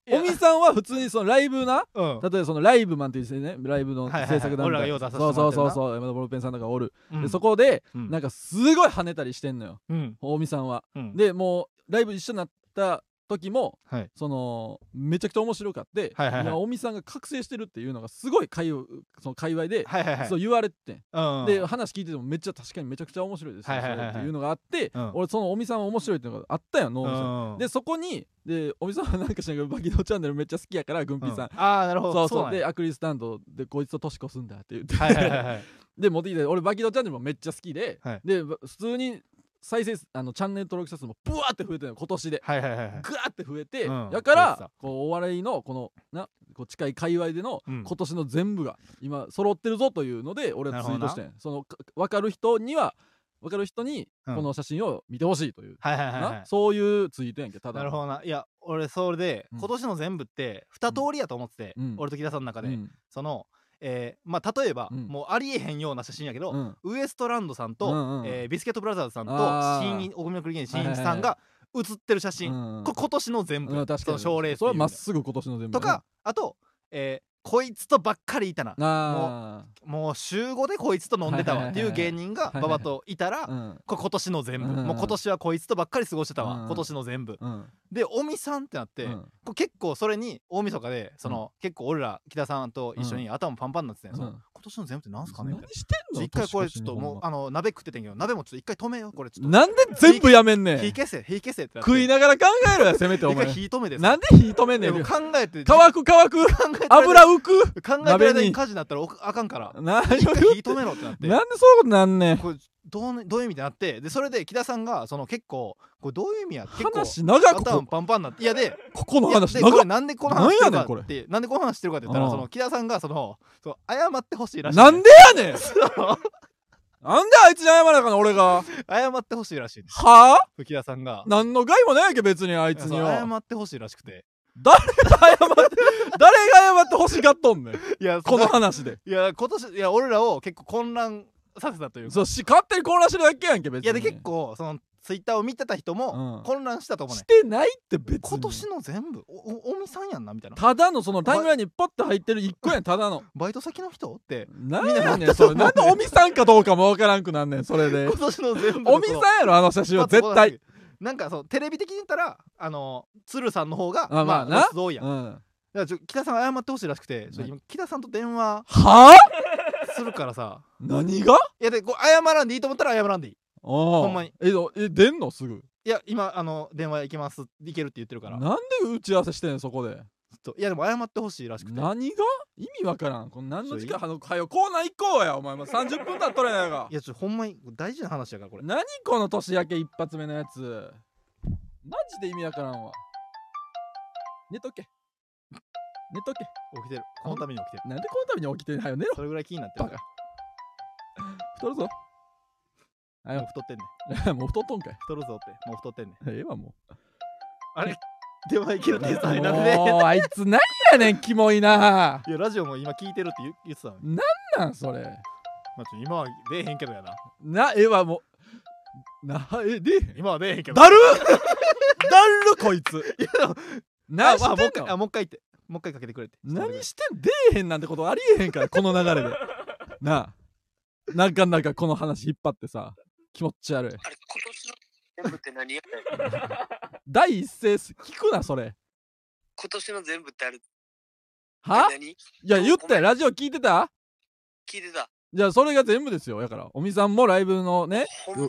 おみさんは普通にそのライブな、例えばそのライブマンっていうね、ライブの制作団体、そう山田ボールペンさんとかおる、でそこでなんかすごい跳ねたりしてんのよ、おみさんは。でもうライブ一緒になった時も、そのめちゃくちゃ面白かって、おみさんが覚醒してるっていうのがすごいその界隈でそう言われて、で話聞いててもめっちゃ確かにめちゃくちゃ面白いですよっていうのがあって、俺そのおみさんは面白いっていうのがあったよ、脳みそで。そこにでおみさんはなんかしながらバキドーチャンネルめっちゃ好きやから、グンピーさん、 なるほど、 そうでアクリルスタンドでこいつと年越すんだって言ってで持ってきて、俺バキドーチャンネルもめっちゃ好きで、で普通に再生チャンネル登録者数もブワーって増えてるの今年で、グワーって増えて、だからこうお笑いのこう近い界隈での今年の全部が今揃ってるぞというので俺はツイートしてん。その分かる人にこの写真を見てほしいというそういうツイートやんけ。ただなるほどな。いや俺それで今年の全部って2通りやと思ってて、俺と木田さんの中で、そのまあ例えば、もうありえへんような写真やけど、ウエストランドさんと、ビスケットブラザーズさんとお米の栗芸人しんいちさんが写ってる写真、今年の全部、その賞レースそれはまっすぐ今年の全部とか、あとこいつとばっかりいたな、もう週5でこいつと飲んでたわっていう芸人がババといたら、これ今年の全部、もう今年はこいつとばっかり過ごしてたわ、今年の全部でおみさんってなって、結構それに大晦日でその結構俺ら北さんと一緒に頭パンパンになってたんや。今年の全部ってなんすかねみたいな。 何してんの？ 一回これちょっともう鍋食っててんけど、鍋もちょっと一回止めよう、これちょっとなんで全部やめんねん。 火消せって食いながら考えろや、せめてお前。 一回火止めて。 なんで火止めんねん。 考えて乾く油浮く、 考えてる間に火事になったらあかんから火止めろってなって、 なんでそういうことなんねん。 これどういう意味ってなって、でそれで木田さんがその結構これどういう意味や、 話長く頭パンパンになって、いやでここの話長くなんでこの話してるかってなんでこの話してるかって言ったら、その木田さんがその謝ってほしいらしい。 なんでやねん。なんであいつに謝らなあかんの、俺が。 謝ってほしいらしい。 はあ？ 木田さんが何の害もないやけ別にあいつには。 謝ってほしいらしくて。 誰が謝ってほしがっとんねん。いやこの話で。 いや今年俺らを結構混乱させたというか。 そう勝手に混乱してるだけやんけ別に。 いやで結構そのツイッターを見てた人も混乱したと思うね。 してないって別に。 今年の全部おみさんやんなみたいな。 ただのそのタイムラインにポッて入ってる1個やん、ただの。 バイト先の人ってなんやねんそれ。なんでおみさんかどうかもわからんくなんねんそれで。 今年の全部おみさんやろあの写真は絶対。 なんかそうテレビ的に言ったら鶴さんの方がまあなすごいやん。だから木田さん謝ってほしいらしくて、今木田さんと電話するからさ。 何が？ いやで謝らんでいいと思ったら謝らんでいい。ほんまに。 出んのすぐ？ いや今電話行きます行けるって言ってるから。 なんで打ち合わせしてんのそこで。 いやでも謝ってほしいらしくて。 何が？意味わからん。この何の時間はよコーナー行こうやお前も30分経っとれないが。 いやほんまに大事な話やからこれ。 何この年明け一発目のやつ。マジで意味わからんわ。寝とけ。起きてる。このために起きてる。 なんでこのために起きてる？はよ寝ろ。 それぐらい気になってるから。 太るぞ。 もう太ってんねん。 もう太っとんかい。 太るぞってもう太ってんねん。 ええわもう。 あれ電話いけるってさ、なんでもうあいつ何やねんキモいな。 いやラジオも今聞いてるって言ってたのに。 なんそれ。 今は出えへんけどやな。ええわもう。出えへん。 今は出えへんけど。 だるこいつ。いや何してんの？ もう一回言って。もう一回かけてくれって。 何してん？出えへんなんてことありえへんからこの流れで。なあ。なんかこの話引っ張ってさ、気持ち悪い。あれ今年の全部って何や第一声聞くなそれ。 今年の全部ってある。 は？いや言ったよ。ラジオ聞いてた？ 聞いてた。 じゃあそれが全部ですよ。だからおみさんもライブのね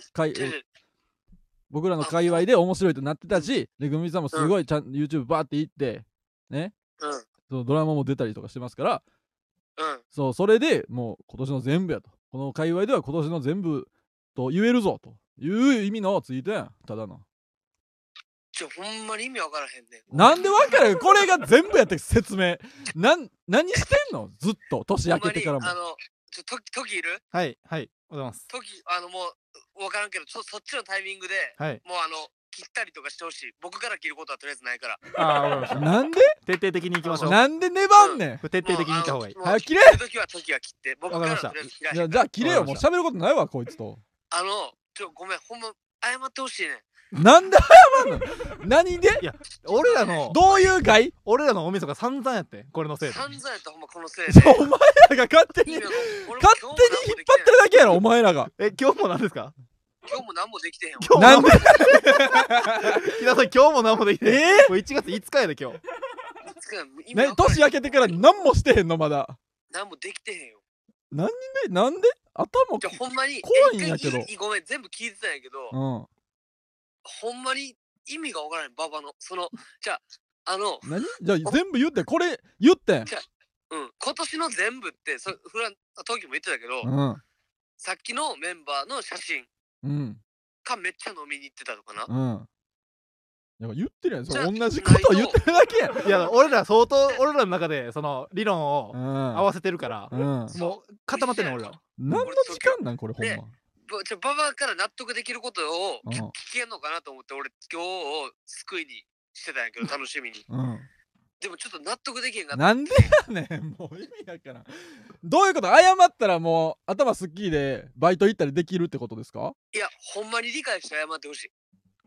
僕らの界隈で面白いとなってたし、でグミさんもすごいYouTube バーって行ってね、そのドラマも出たりとかしてますから、そうそれでもう今年の全部やと、この界隈では今年の全部と言えるぞという意味のツイートやん。ただのほんまに意味わからへんねん。 なんでわかる？これが全部やって説明。何してんの？ずっと年明けてからも。 時いる？ はいおはようございます。 時もうわからんけどそっちのタイミングで、もう切ったりとかしてほしい。僕から切ることはとりあえずないから。 ああわかりました。 なんで？ 徹底的にいきましょう。 なんで粘んねん。 徹底的にいった方がいい。 早く切れ。 時は切って。僕からとりあえず切らへん。 じゃあ切れよ。もう喋ることないわこいつと。 ごめんほんま謝ってほしいね。 なんで謝んの？ 何で？ いや俺らのどういう害？ 俺らのおみそが散々やってこれのせいで。 散々やったほんまこのせいで。 お前らが勝手に引っ張ってるだけやろお前らが。 今日もなんですか？ 今日も何もできてへん。 なんで？ 木田さん今日も何もできてへん。もう1月5日やで今日。 年明けてから何もしてへんのまだ。 何もできてへんよ。 なんで？頭ほんまに怖いんやけど。 ごめん全部聞いてたんやけど、ほんまに意味がわからないババのそのじゃあ何？じゃあ全部言ってこれ言ってん。 今年の全部ってフラン東京も言ってたけど、さっきのメンバーの写真かめっちゃ飲みに行ってたとかな。 言ってるやん。同じことを言ってるだけやん。 いや俺ら相当俺らの中でその理論を合わせてるからもう固まってんの俺ら。 何の時間なんこれほんま。 ババから納得できることを聞けんのかなと思って俺今日を救いにしてたんやけど楽しみに。でもちょっと納得できへんかった。 なんでやねんもう意味やからん。どういうこと？謝ったらもう頭すっきりでバイト行ったりできるってことですか？ いやほんまに理解して謝ってほしい。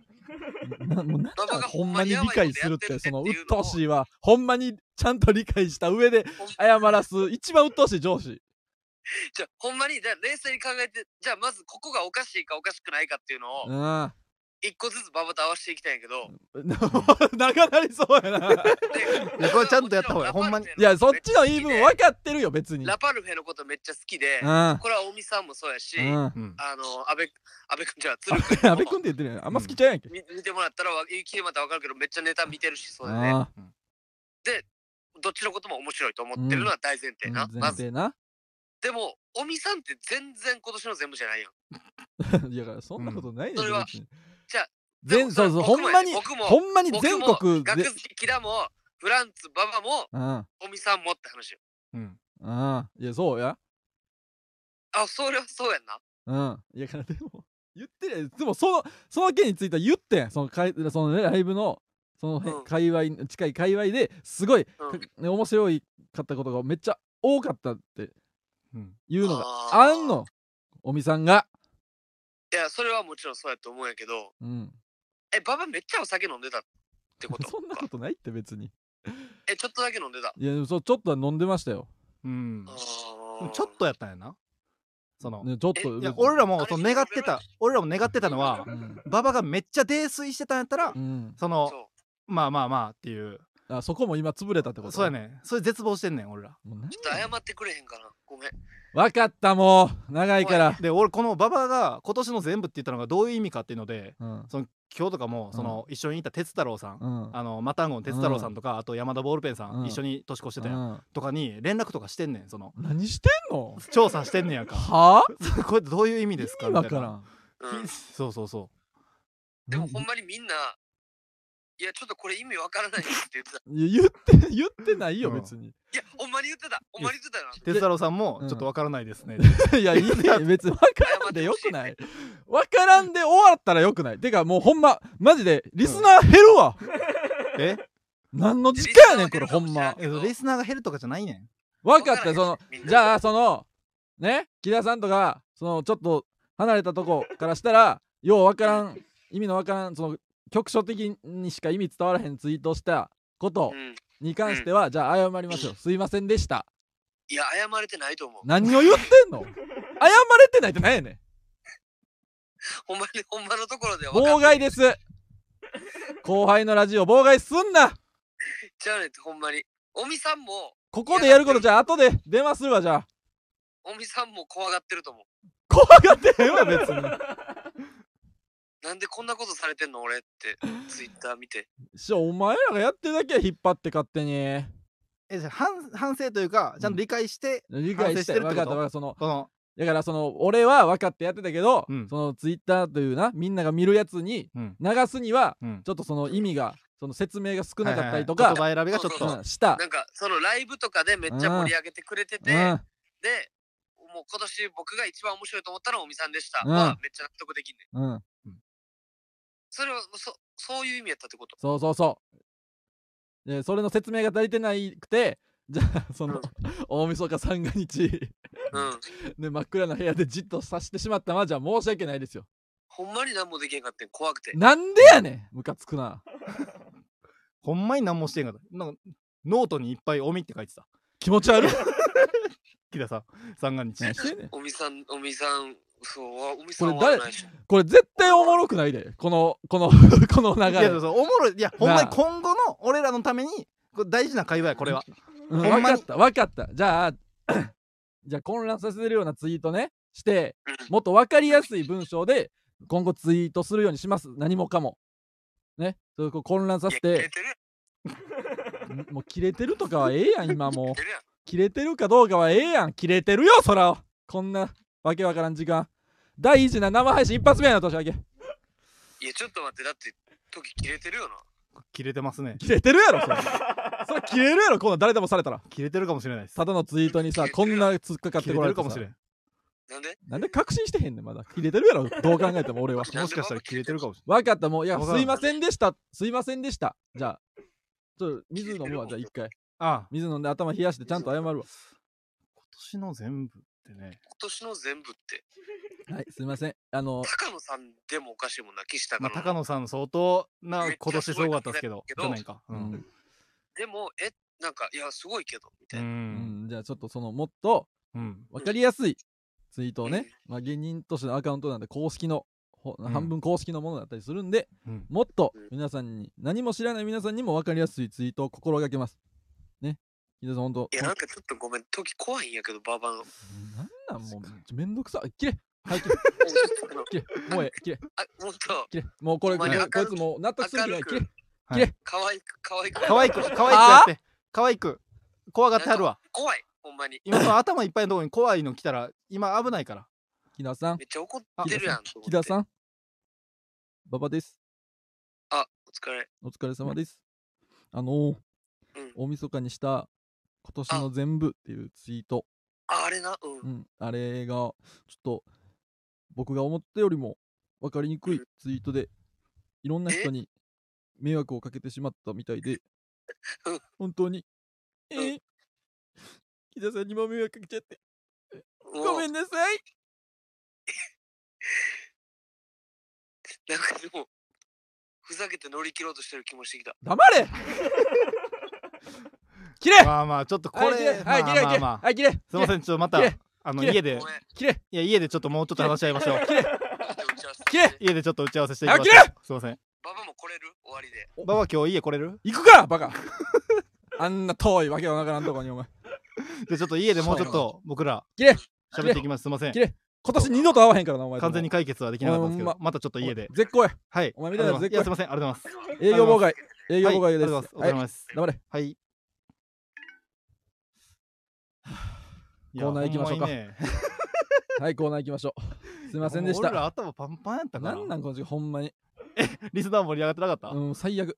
ほんまに理解するってその鬱陶しいわ。ほんまにちゃんと理解した上で謝らす一番鬱陶しい上司。 じゃあほんまに冷静に考えて、じゃあまずここがおかしいかおかしくないかっていうのを一個ずつババと合わせていきたいんやけど長なりそうやな。 これちゃんとやった方がほんまに。 いやそっちの言い分分かってるよ別に。 ラパルフェのことめっちゃ好きで、これは大見さんもそうやし、阿部君じゃあ鶴君阿部君って言ってるやん。あんま好きちゃうやんけ。 見てもらったら聞いてもらったら分かるけどめっちゃネタ見てるしそうだね。でどっちのことも面白いと思ってるのは大前提な。 前提な。 でもおみさんって全然今年の全部じゃないやん。いやそんなことないねん。 それはじゃあそうほんまに全国学好きキラもフランツババもおみさんもって話よ。 いやそうや。 それはそうやんな。 いやからでも言ってる。でもその件については言ってん。そのねライブのその界隈近い界隈ですごい面白いかったことがめっちゃ多かったっていうのがあんのおみさんが。 いやそれはもちろんそうやと思うんやけど、ババめっちゃお酒飲んでたってこと？ そんなことないって別に。 ちょっとだけ飲んでた？ いやちょっとは飲んでましたよ。 ちょっとやったんやな。そのちょっといや俺らも願ってたのはババがめっちゃ泥酔してたんやったらそのまあっていう。 そこも今潰れたってこと？ そうやね。それ絶望してんねん俺ら。 ちょっと謝ってくれへんかな。ごめん。 分かったもう長いから。 で俺このババが今年の全部って言ったのがどういう意味かっていうので、その今日とかもその一緒にいた鉄太郎さん、マタンゴの鉄太郎さんとかあと山田ボールペンさん一緒に年越してたやんとかに連絡とかしてんねん。その何してんの？ 調査してんねんやんか。 はあ？これどういう意味ですかみたいな。そうでもほんまにみんないやちょっとこれ意味わからないって言ってた。言ってないよ別に。 いやほんまに言ってた。ほんまに言ってたよな。 鉄太郎さんもちょっとわからないですね。 いやいいね別にわからんでよくない。わからんで終わったらよくない。てかもうほんまマジでリスナー減るわ。何の時間やねんこれほんま。 リスナーが減るとかじゃないねん。 分かった。じゃあそのね木田さんとかそのちょっと離れたとこからしたらようわからん意味のわからんその局所的にしか意味伝わらへんツイートしたことに関しては、じゃあ謝りましょう。すいませんでした。 いや謝れてないと思う。 何を言ってんの？謝れてないって何やねん。 ほんまのところでは妨害です。後輩のラジオ妨害すんな。 じゃあねってほんまにおみさんもここでやることじゃあ後で電話するわ。じゃあおみさんも怖がってると思う。 怖がってへんわ別に。 なんでこんなことされてんの俺ってツイッター見て。 お前らがやってるだけは引っ張って勝手に。 反省というかちゃんと理解して理解して分かった。だからその俺は分かってやってたけど、そのツイッターというなみんなが見るやつに流すにはちょっとその意味がその説明が少なかったりとか言葉選びがちょっとしたなんかそのライブとかでめっちゃ盛り上げてくれてて、でもう今年僕が一番面白いと思ったのはおみさんでしたはめっちゃ納得できんねん。それはそういう意味やったってこと？ そうでそれの説明が足りてないくて、じゃあその大晦日三が日で真っ暗な部屋でじっとさしてしまったのはじゃあ申し訳ないですよ。 ほんまに何もできへんかってん怖くて。 なんでやねんムカつくな。 ほんまに何もしてんかった。なんかノートにいっぱいおみって書いてた。 気持ち悪い。 木田さん三が日。 おみさん、そう、おみさこれんはないし。 これ絶対おもろくないで。この流れ。 いやそうおもろい。いやほんまに今後の俺らのためにこれ大事な会話やこれは。 分かった分かった。じゃあ混乱させるようなツイートねしてもっと分かりやすい文章で今後ツイートするようにします。何もかもね。それ混乱させて。もう切れてるとかはええやん今もう。切れてるかどうかはええやん。切れてるよそら。こんなわけわからん時間。大事な生配信一発目やな年明け。 いやちょっと待って、だって時切れてるよな。 切れてますね。 切れてるやろそれ。それ切れるやろこんな誰でもされたら。 切れてるかもしれないです。 ただのツイートにさこんな突っかかってこられてさ。 切れてるかもしれん。 なんで確信してへんねんまだ。切れてるやろどう考えても俺は。 もしかしたら切れてるかもしれん。分かったもういやすいませんでしたすいませんでした。じゃあちょっと水飲むわじゃあ一回。水飲んで頭冷やしてちゃんと謝るわ。 今年の全部ってね。 今年の全部って。 はいすいません。 高野さんでもおかしいもんな岸田から。 高野さん相当な今年すごかったですけど去年か。 でもなんかいやすごいけどみたいな。 じゃあちょっとそのもっと分かりやすいツイートをね、芸人としてのアカウントなんで公式の半分公式のものだったりするんで、もっと皆さんに何も知らない皆さんにも分かりやすいツイートを心がけますね。木田さんほんと。 いやなんかちょっとごめん時怖いんやけどババのなんもうめんどくさ切れはい切れ切れもう切れもっと切れもうこいつもう納得する気ない切れ切れ可愛くやって可愛く怖がってはるわ。 怖いほんまに。 今の頭いっぱいのところに怖いの来たら今危ないから。 木田さんめっちゃ怒ってるやん。 木田さん馬場です。 お疲れ様です。大晦日にした今年の全部っていうツイート。 あれな。 あれがちょっと僕が思ったよりも分かりにくいツイートでいろんな人に迷惑をかけてしまったみたいで本当に木田さんにも迷惑かけちゃってごめんなさい。 なんかでもふざけて乗り切ろうとしてる気もしてきた。 黙れ切れ。 まあちょっとこれはい切れ。 すいませんちょっとまた家で切れ。 いや家でちょっともうちょっと話し合いましょう。 切れ切れ。 家でちょっと打ち合わせしていきましょう。すいません。 ババも来れる終わりで。 ババ今日家来れる？ 行くかバカ。あんな遠いわけわからんとこにお前。 じゃちょっと家でもうちょっと僕ら切れ喋っていきます。すいません。 切れ。今年二度と会わへんからなお前。 完全に解決はできなかったんですけどまたちょっと家で。 絶好や。 はい。 お前みたいな絶好や。 すいませんありがとうございます。 営業妨害です。 お疲れ様です。 黙れ。 はい。 コーナー行きましょうか。はいコーナー行きましょう。すいませんでした。 俺ら頭パンパンやったから。 なんなんこの時ほんまに。 リスナー盛り上がってなかった？ 最悪。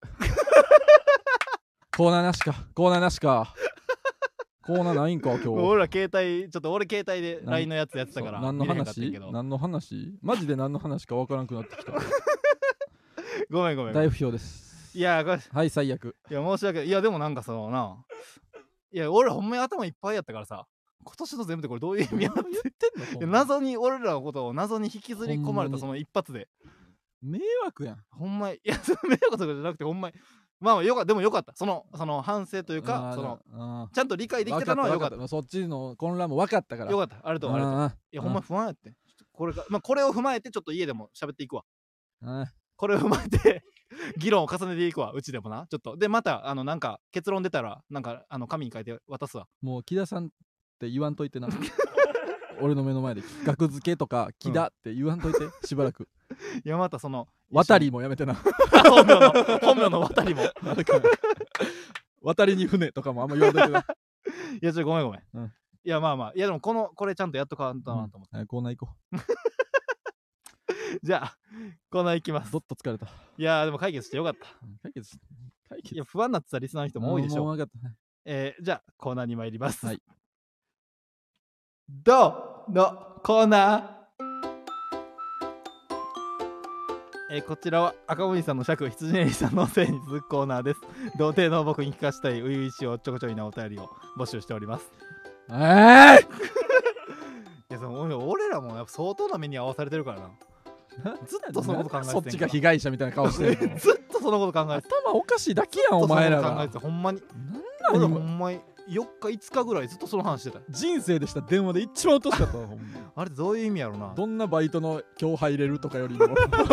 コーナーなしか。コーナーないんか今日。 俺ら携帯ちょっと俺携帯で LINE のやつやってたから何の話マジで何の話か分からなくなってきた。 ごめん大不評です。 いやはい最悪。 いや申し訳ない。いやでもなんかそのいや俺ほんまに頭いっぱいやったからさ今年の全部でこれどういう意味やって言ってんの？謎に俺らのことを謎に引きずり込まれたその一発で迷惑やん。 ほんまにいや迷惑とかじゃなくてほんまにまあでもよかった。その反省というかちゃんと理解できてたのはよかった。 そっちの混乱も分かったからよかった。ありがとういやほんま不安やって。これを踏まえてちょっと家でも喋っていくわ。これを踏まえて議論を重ねていくわ。うちでもなちょっとでまたなんか結論出たらなんか紙に書いて渡すわ。 もう木田さんって言わんといてな。俺の目の前で額付けとか木田って言わんといてしばらく。 いやまた渡りもやめてな。 本名の渡りも渡りに船とかもあんま言わんといてな。 いやちょっとごめん、いやまあいやでもこれちゃんとやっとかんとなと思って、 コーナー行こう。 じゃあコーナー行きます。 どっと疲れた。 いやでも解決してよかった。いや不安になってたリスナーの人も多いでしょ。じゃあコーナーに参ります。どうのコーナー。こちらは赤森さんの尺羊ねりさんのせいに続くコーナーです。童貞の僕に聞かしたい初々しいおっちょこちょいなお便りを募集しております。いや俺らもやっぱ相当な目に遭わされてるからな。 ずっとそのこと考えてんそっちが被害者みたいな顔してるずっとそのこと考えて頭おかしいだけやんお前らが。 ほんまに俺ほんまに4日5日ぐらいずっとその話してた。 人生でした電話で一番落としかったわほんまあれどういう意味やろな。 どんなバイトの今日入れるとかよりも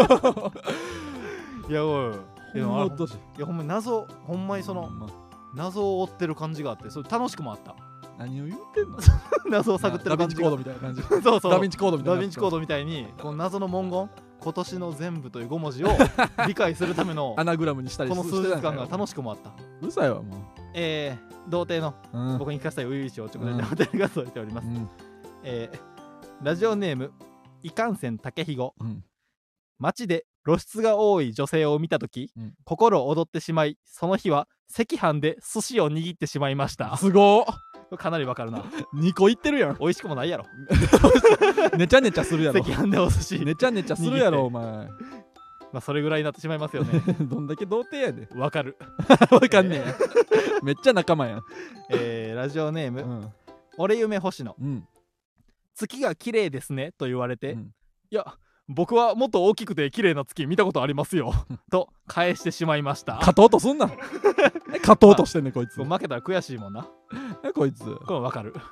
いやおいほんま落としい。 いやほんまに謎、ほんまにその謎を追ってる感じがあって、それ楽しくもあった。 何を言ってんの謎を探ってる感じが。 ダヴィンチコードみたいな感じそうそう、 ダヴィンチコードみたいな。 ダヴィンチコードみたいにこの謎の文言、今年の全部という5文字を理解するためのアナグラムにしたりこの数日間が楽しくもあった。 うるさいわもう。 童貞の僕に聞かせたい初々しいおちょくでお便りが届いております。ラジオネームいかんせんたけひご。街で露出が多い女性を見たとき、心躍ってしまい、その日は赤飯で寿司を握ってしまいました。 すごっ。かなりわかるな。 2個いってるやん。 美味しくもないやろ。 ねちゃねちゃするやろ。 赤飯でお寿司ねちゃねちゃするやろお前。 まあそれぐらいになってしまいますよね。 どんだけ童貞やで。 わかる。 わかんねえや。めっちゃ仲間やん。 ラジオネーム、俺夢星野。月が綺麗ですねと言われて、いや僕はもっと大きくて綺麗な月見たことありますよと返してしまいました。 勝とうとすんな。勝とうとしてんねこいつ。 負けたら悔しいもんな。 こいつ。 これわかる。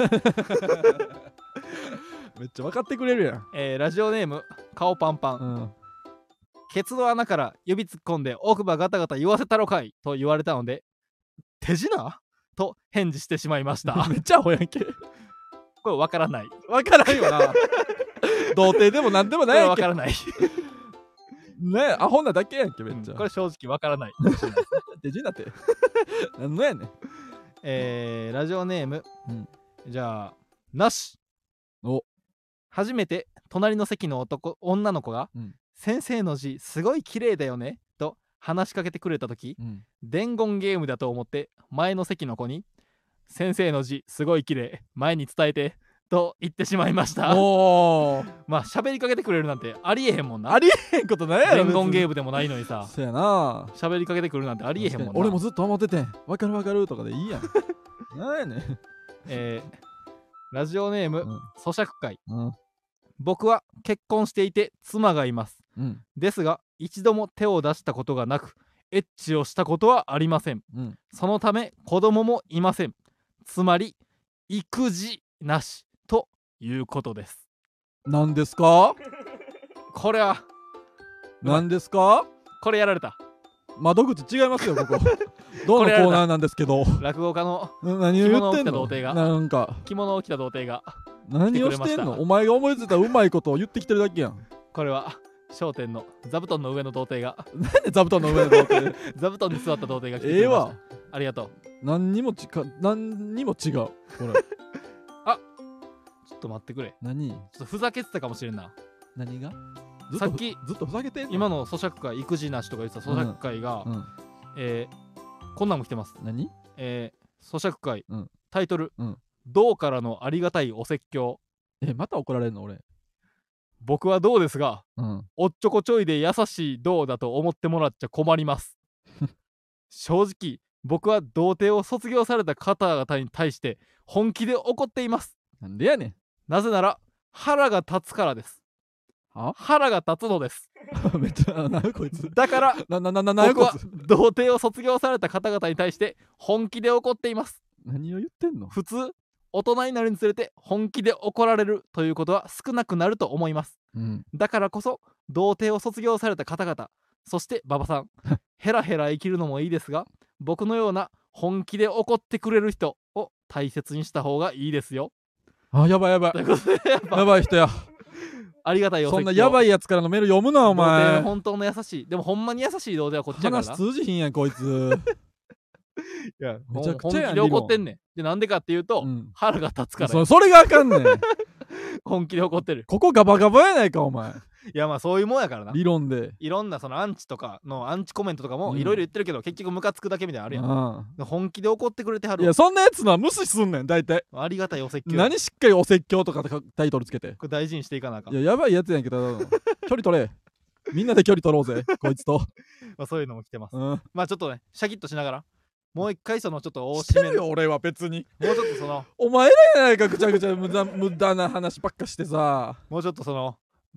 めっちゃ分かってくれるやん。ラジオネーム顔パンパン。ケツの穴から指突っ込んで奥歯ガタガタ言わせたろかいと言われたので、手品と返事してしまいました。 めっちゃアホやんけ。 これわからない。 わからんよな。童貞でもなんでもないやんけ。 わからない。 ねえ、アホなだけやんけめっちゃ。 これ正直わからない。 手品ってなんのやねん。ラジオネーム、じゃあなし。初めて隣の席の女の子が、先生の字すごい綺麗だよねと話しかけてくれた時、伝言ゲームだと思って前の席の子に先生の字すごい綺麗前に伝えてと言ってしまいました。まあ喋りかけてくれるなんてありえへんもんな。 ありえへんことないやろ。 伝言ゲームでもないのにさ。 そうやな。 喋りかけてくるなんてありえへんもんな。 俺もずっと思っててん。わかるわかるとかでいいやん。なんやねん。 ラジオネーム、咀嚼会。僕は結婚していて妻がいます。ですが一度も手を出したことがなくエッチをしたことはありません。そのため子供もいません。つまり育児なしということです。 何ですかこれは。 何ですかこれやられた。 窓口違いますよここ。どのコーナーなんですけど。 落語家の何を言ってんの。 なんか着物を着た童貞が何をしてんの。お前が思いついたうまいことを言ってきてるだけやん。 これは笑点の座布団の上の童貞が。 なんで座布団の上の童貞座布団に座った童貞が来てくれました。わ。ありがとう。 何にも違うこれ。 あ、ちょっと待ってくれ。 何。 ちょっとふざけてたかもしれんな。 何が。 さっきずっとふざけてんの。 今の咀嚼会育児なしとか言ってた咀嚼会が、こんなんも来てます。 何。 咀嚼会、タイトル、道からのありがたいお説教。 また怒られるの俺。 僕はどうですが、おっちょこちょいで優しいどうだと思ってもらっちゃ困ります。正直僕は童貞を卒業された方々に対して本気で怒っています。 なんでやねん。 なぜなら腹が立つからです。腹が立つのです。 めっちゃなこいつ。 だから僕は童貞を卒業された方々に対して本気で怒っています。 何を言ってんの。 普通大人になるにつれて本気で怒られるということは少なくなると思います。だからこそ童貞を卒業された方々、そして馬場さんヘラヘラ生きるのもいいですが、僕のような本気で怒ってくれる人を大切にした方がいいですよ。 やばいやばいやばい人や。 ありがたいよ。 そんなやばいやつからのメール読むなお前。 本当の優しい、でもほんまに優しい童貞はこっちやからな。 話通じひんやんこいつ。 いやめちゃくちゃ本気で怒ってんねん。でなんでかっていうと、腹が立つから。 それがあかんねん。 本気で怒ってる。 ここガバガバやないかお前。 いやまあそういうもんやからな。 理論でいろんなそのアンチとかのアンチコメントとかもいろいろ言ってるけど、結局ムカつくだけみたいなのあるやん。本気で怒ってくれてはる。 いやそんなやつのは無視すんねん大体。 ありがたいお説教。 何しっかりお説教とかタイトルつけて。 これ大事にしていかなあかん。 いややばいやつやんけど距離取れ。みんなで距離取ろうぜこいつと。 まあそういうのも来てます。まあちょっとねシャキッとしながらもう一回そのちょっと大締める。 俺は別にもうちょっとそのお前らやないかぐちゃぐちゃ無駄な話ばっかしてさ。 もうちょっとその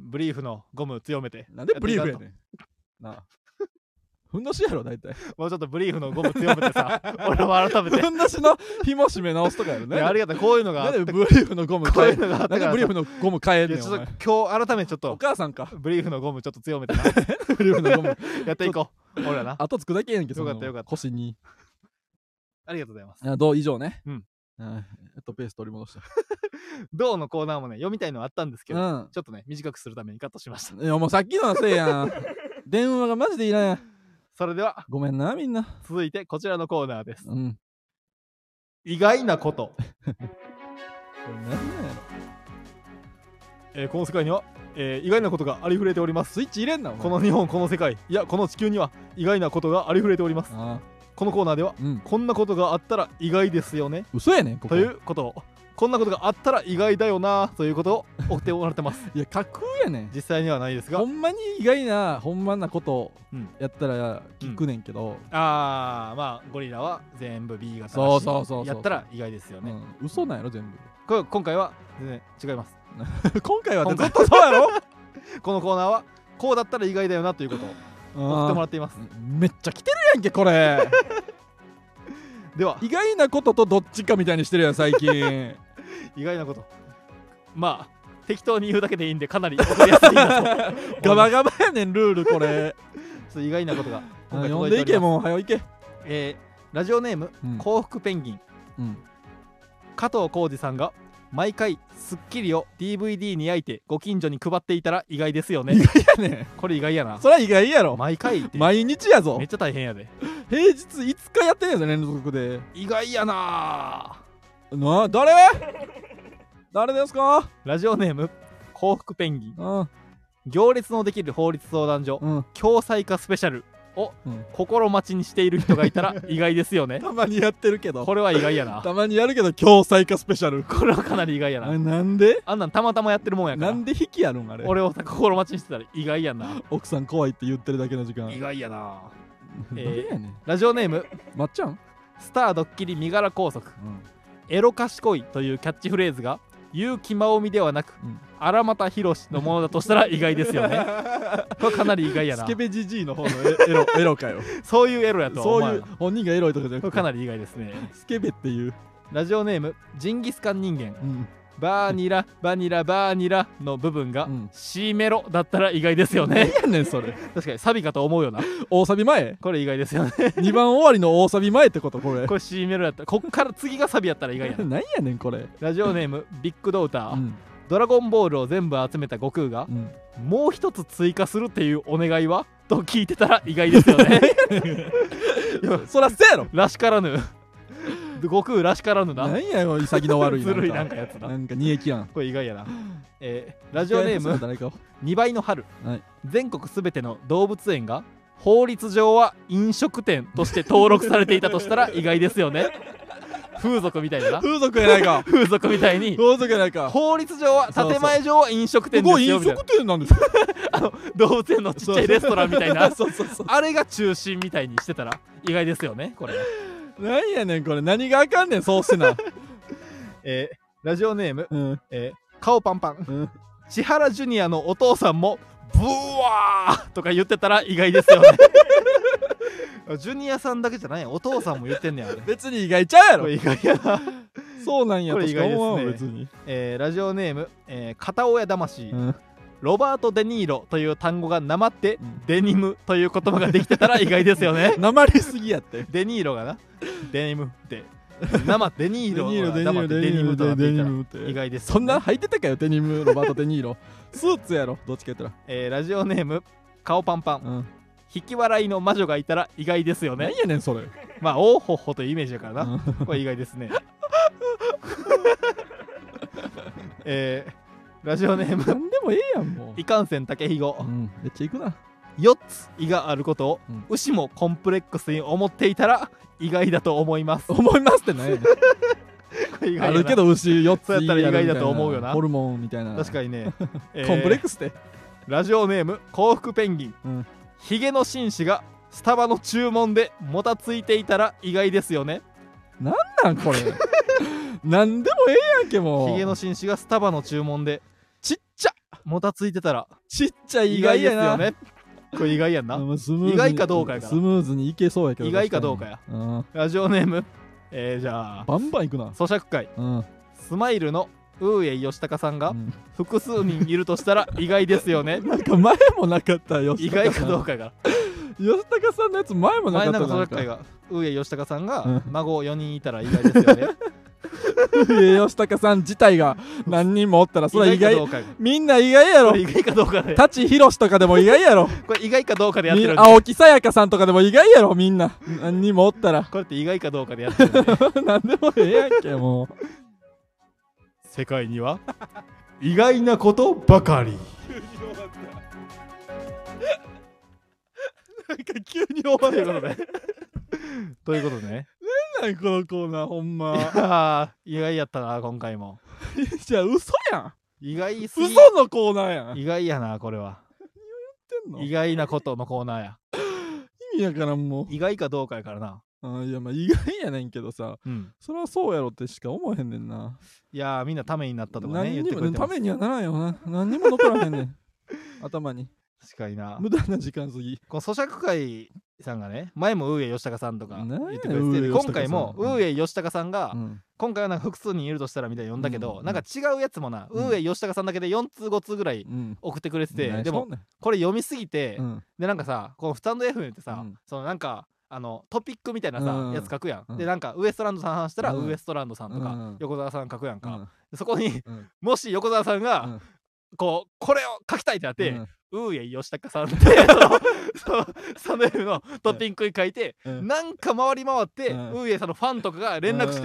ブリーフのゴム強めて。 なんでブリーフやねんなあ。ふんどしやろ大体。 もうちょっとブリーフのゴム強めてさ俺も改めてふんどしの紐締め直すとかやろね。 ありがとう。こういうのがあって、 なんでブリーフのゴムこういうのがあったから、 なんでブリーフのゴム変えんねん。 ちょっと今日改めてちょっとお母さんか。 ブリーフのゴムちょっと強めてなブリーフのゴムやっていこう。俺らな。 後つくだけやんけ。 よかったよかった。 腰に。 ありがとうございます。 どう以上ね。ペース取り戻した。 どうのコーナーもね読みたいのあったんですけど、ちょっとね短くするためにカットしました。 いやもうさっきのはせいやん。電話がマジでいらんやん。 それではごめんなみんな。 続いてこちらのコーナーです。意外なこと。これ何やろ。この世界には、意外なことがありふれております。 スイッチ入れんな。 この日本、この世界、いやこの地球には意外なことがありふれております。このコーナーでは、こんなことがあったら意外ですよね。 嘘やねんここということを、こんなことがあったら意外だよなということを送ってもらってます。 いや架空やねん。 実際にはないですが、 ほんまに意外なほんまなことやったら聞くねんけど、 まあゴリラは全部 B 型らしい。そうやったら意外ですよね。 嘘なんやろ全部。 今回は全然違います。 今回はずっとそうやろ。 このコーナーはこうだったら意外だよなということを送ってもらっています。 めっちゃ来てるやんけこれ。 では意外なこととどっちかみたいにしてるやん最近。 意外なこと、まあ適当に言うだけでいいんでかなり送りやすいなと。 ガバガバやねんルールこれ。 意外なことが今回読んでいけ。もう早いけ。 ラジオネーム、幸福ペンギン、加藤浩次さんが毎回スッキリを DVD に焼いてご近所に配っていたら意外ですよね。 意外やねん。 これ意外やな。 それは意外やろ。 毎回って毎日やぞ。 めっちゃ大変やで。 平日5日やってんやぞ連続で。 意外やな。 誰ですか。 ラジオネーム幸福ペンギン、行列のできる法律相談所、共済化スペシャルを心待ちにしている人がいたら意外ですよね。 たまにやってるけどこれは意外やな。 たまにやるけど共済化スペシャル、 これはかなり意外やな。 なんであんなんたまたまやってるもんやから。 なんで引きやるんあれ。 俺を心待ちにしてたら意外やな。 奥さん怖いって言ってるだけの時間。 意外やな。 ラジオネームまっちゃん、 スタードッキリ身柄拘束、エロ賢いというキャッチフレーズが結城真央美ではなく、荒俣宏のものだとしたら意外ですよね。これかなり意外やな。 スケベジジイの方のエロかよ。 そういうエロやとは思わない。 そういう本人がエロいとかじゃなくて、 これかなり意外ですね。 スケベっていう。 ラジオネームジンギスカン人間、バーニラバニラバーニラの部分が C メロだったら意外ですよね。 何やねんそれ。 確かにサビかと思うよな。 大サビ前、 これ意外ですよね。 2番終わりの大サビ前ってことこれ。 これ C メロやったら、こっから次がサビやったら意外やな。 何やねんこれ。 ラジオネームビッグドーター、ドラゴンボールを全部集めた悟空が、もう一つ追加するっていうお願いはと聞いてたら意外ですよね。 そらせやろ。 らしからぬ悟空らしからぬな。 何やよ潔の悪いずるいなんかやつな。 なんか煮えきやん。 これ意外やな。ラジオネーム2倍の春、全国すべての動物園が法律上は飲食店として登録されていたとしたら意外ですよね。風俗みたいな。 風俗やないか。 風俗みたいに。 風俗やないか。 法律上は建前上は飲食店ですよみたいな。 飲食店なんですか。 動物園のちっちゃいレストランみたいな。あれが中心みたいにしてたら意外ですよねこれ。 なんやねんこれ。何があかんねんそうしてな。 ラジオネーム、顔パンパン、千原ジュニアのお父さんもブワーとか言ってたら意外ですよね。ジュニアさんだけじゃない、お父さんも言ってんねや。 別に意外ちゃうやろ。 意外やな。 そうなんや。 これ意外ですね。 別に。 ラジオネーム、片親魂、ロバート・デ・ニーロという単語がなまってデニムという言葉ができてたら意外ですよね。 なまりすぎやって。 デニーロがなデニムってデニーロが黙ってデニムとなっていたら意外ですよね。 そんな履いてたかよデニム。ロバート・デ・ニーロスーツやろどっちか言ったら。ラジオネーム顔パンパン、引き笑いの魔女がいたら意外ですよね。 何やねんそれ。 まあおーほっほというイメージだからな。これ意外ですね。ラジオネーム何でもええやんもう。 いかんせん竹ひご、 めっちゃいくな。 4つ胃があることを、牛もコンプレックスに思っていたら意外だと思います。 思いますって何やねん。あるけど牛4つそうやったら意外だと思うよな。 ホルモンみたいな。 確かにね。 コンプレックスって。 ラジオネーム幸福ペンギン、ヒゲの紳士がスタバの注文でもたついていたら意外ですよね。 なんなんこれ。なんでもええやんけもう。 ヒゲの紳士がスタバの注文でちっちゃもたついてたらちっちゃい意外やな。 意外ですよね。これ意外やんな。意外かどうかやから。 スムーズにいけそうやけど。 意外かどうかや。ラジオネームじゃあバンバンいくな。 咀嚼会、スマイルのウーエイ吉高さんが複数人いるとしたら意外ですよね。 なんか前もなかったよ。 意外かどうかが。 吉高さんのやつ前もなかった。 前なんか咀嚼会がウーエイ吉高さんが孫4人いたら意外ですよね。 吉高さん自体が何人もおったらそれは意外。みんな意外やろ。 意外かどうかで。 舘ひろしとかでも意外やろ。 これ意外かどうかでやってるんで。 青木さやかさんとかでも意外やろ。みんな何人もおったら。 これって意外かどうかでやってるんで。 何でもええやんけもう。 世界には意外なことばかり。 なんか急に終わることで。ということでね。 なんこのコーナーほんま。 意外やったな今回も。 じゃあ嘘やん。 意外すぎ。 嘘のコーナーやん。 意外やなこれは。 何を言ってんの？ 意外なことのコーナーや。 意味やからもう。 意外かどうかやからな。 いやまあ意外やねんけどさ、それはそうやろってしか思わへんねんな。 いやみんなためになったとかね言ってくれてます。 ためにはならんよな。何にも残らへんねん頭に。 確かにな。 無駄な時間過ぎ。 この咀嚼会さんがね前もウーエイ吉高さんとか言ってくれてて、今回もウーエイ吉高さんが、今回はなんか複数人いるとしたらみたいに呼んだけど、なんか違うやつもな、ウーエイ吉高さんだけで4通5通ぐらい送ってくれてて、でもこれ読みすぎて、でなんかさこのスタンド FM ってさ、そのなんかトピックみたいなさ、やつ書くやん。でなんかウエストランドさん話したら、ウエストランドさんとか、横澤さん書くやんか。そこに、もし横澤さんが、これを書きたいってなって、ウーエイ吉高さんってその F のトピックに書いて、なんか回り回って、ウーエイさんのファンとかが連絡して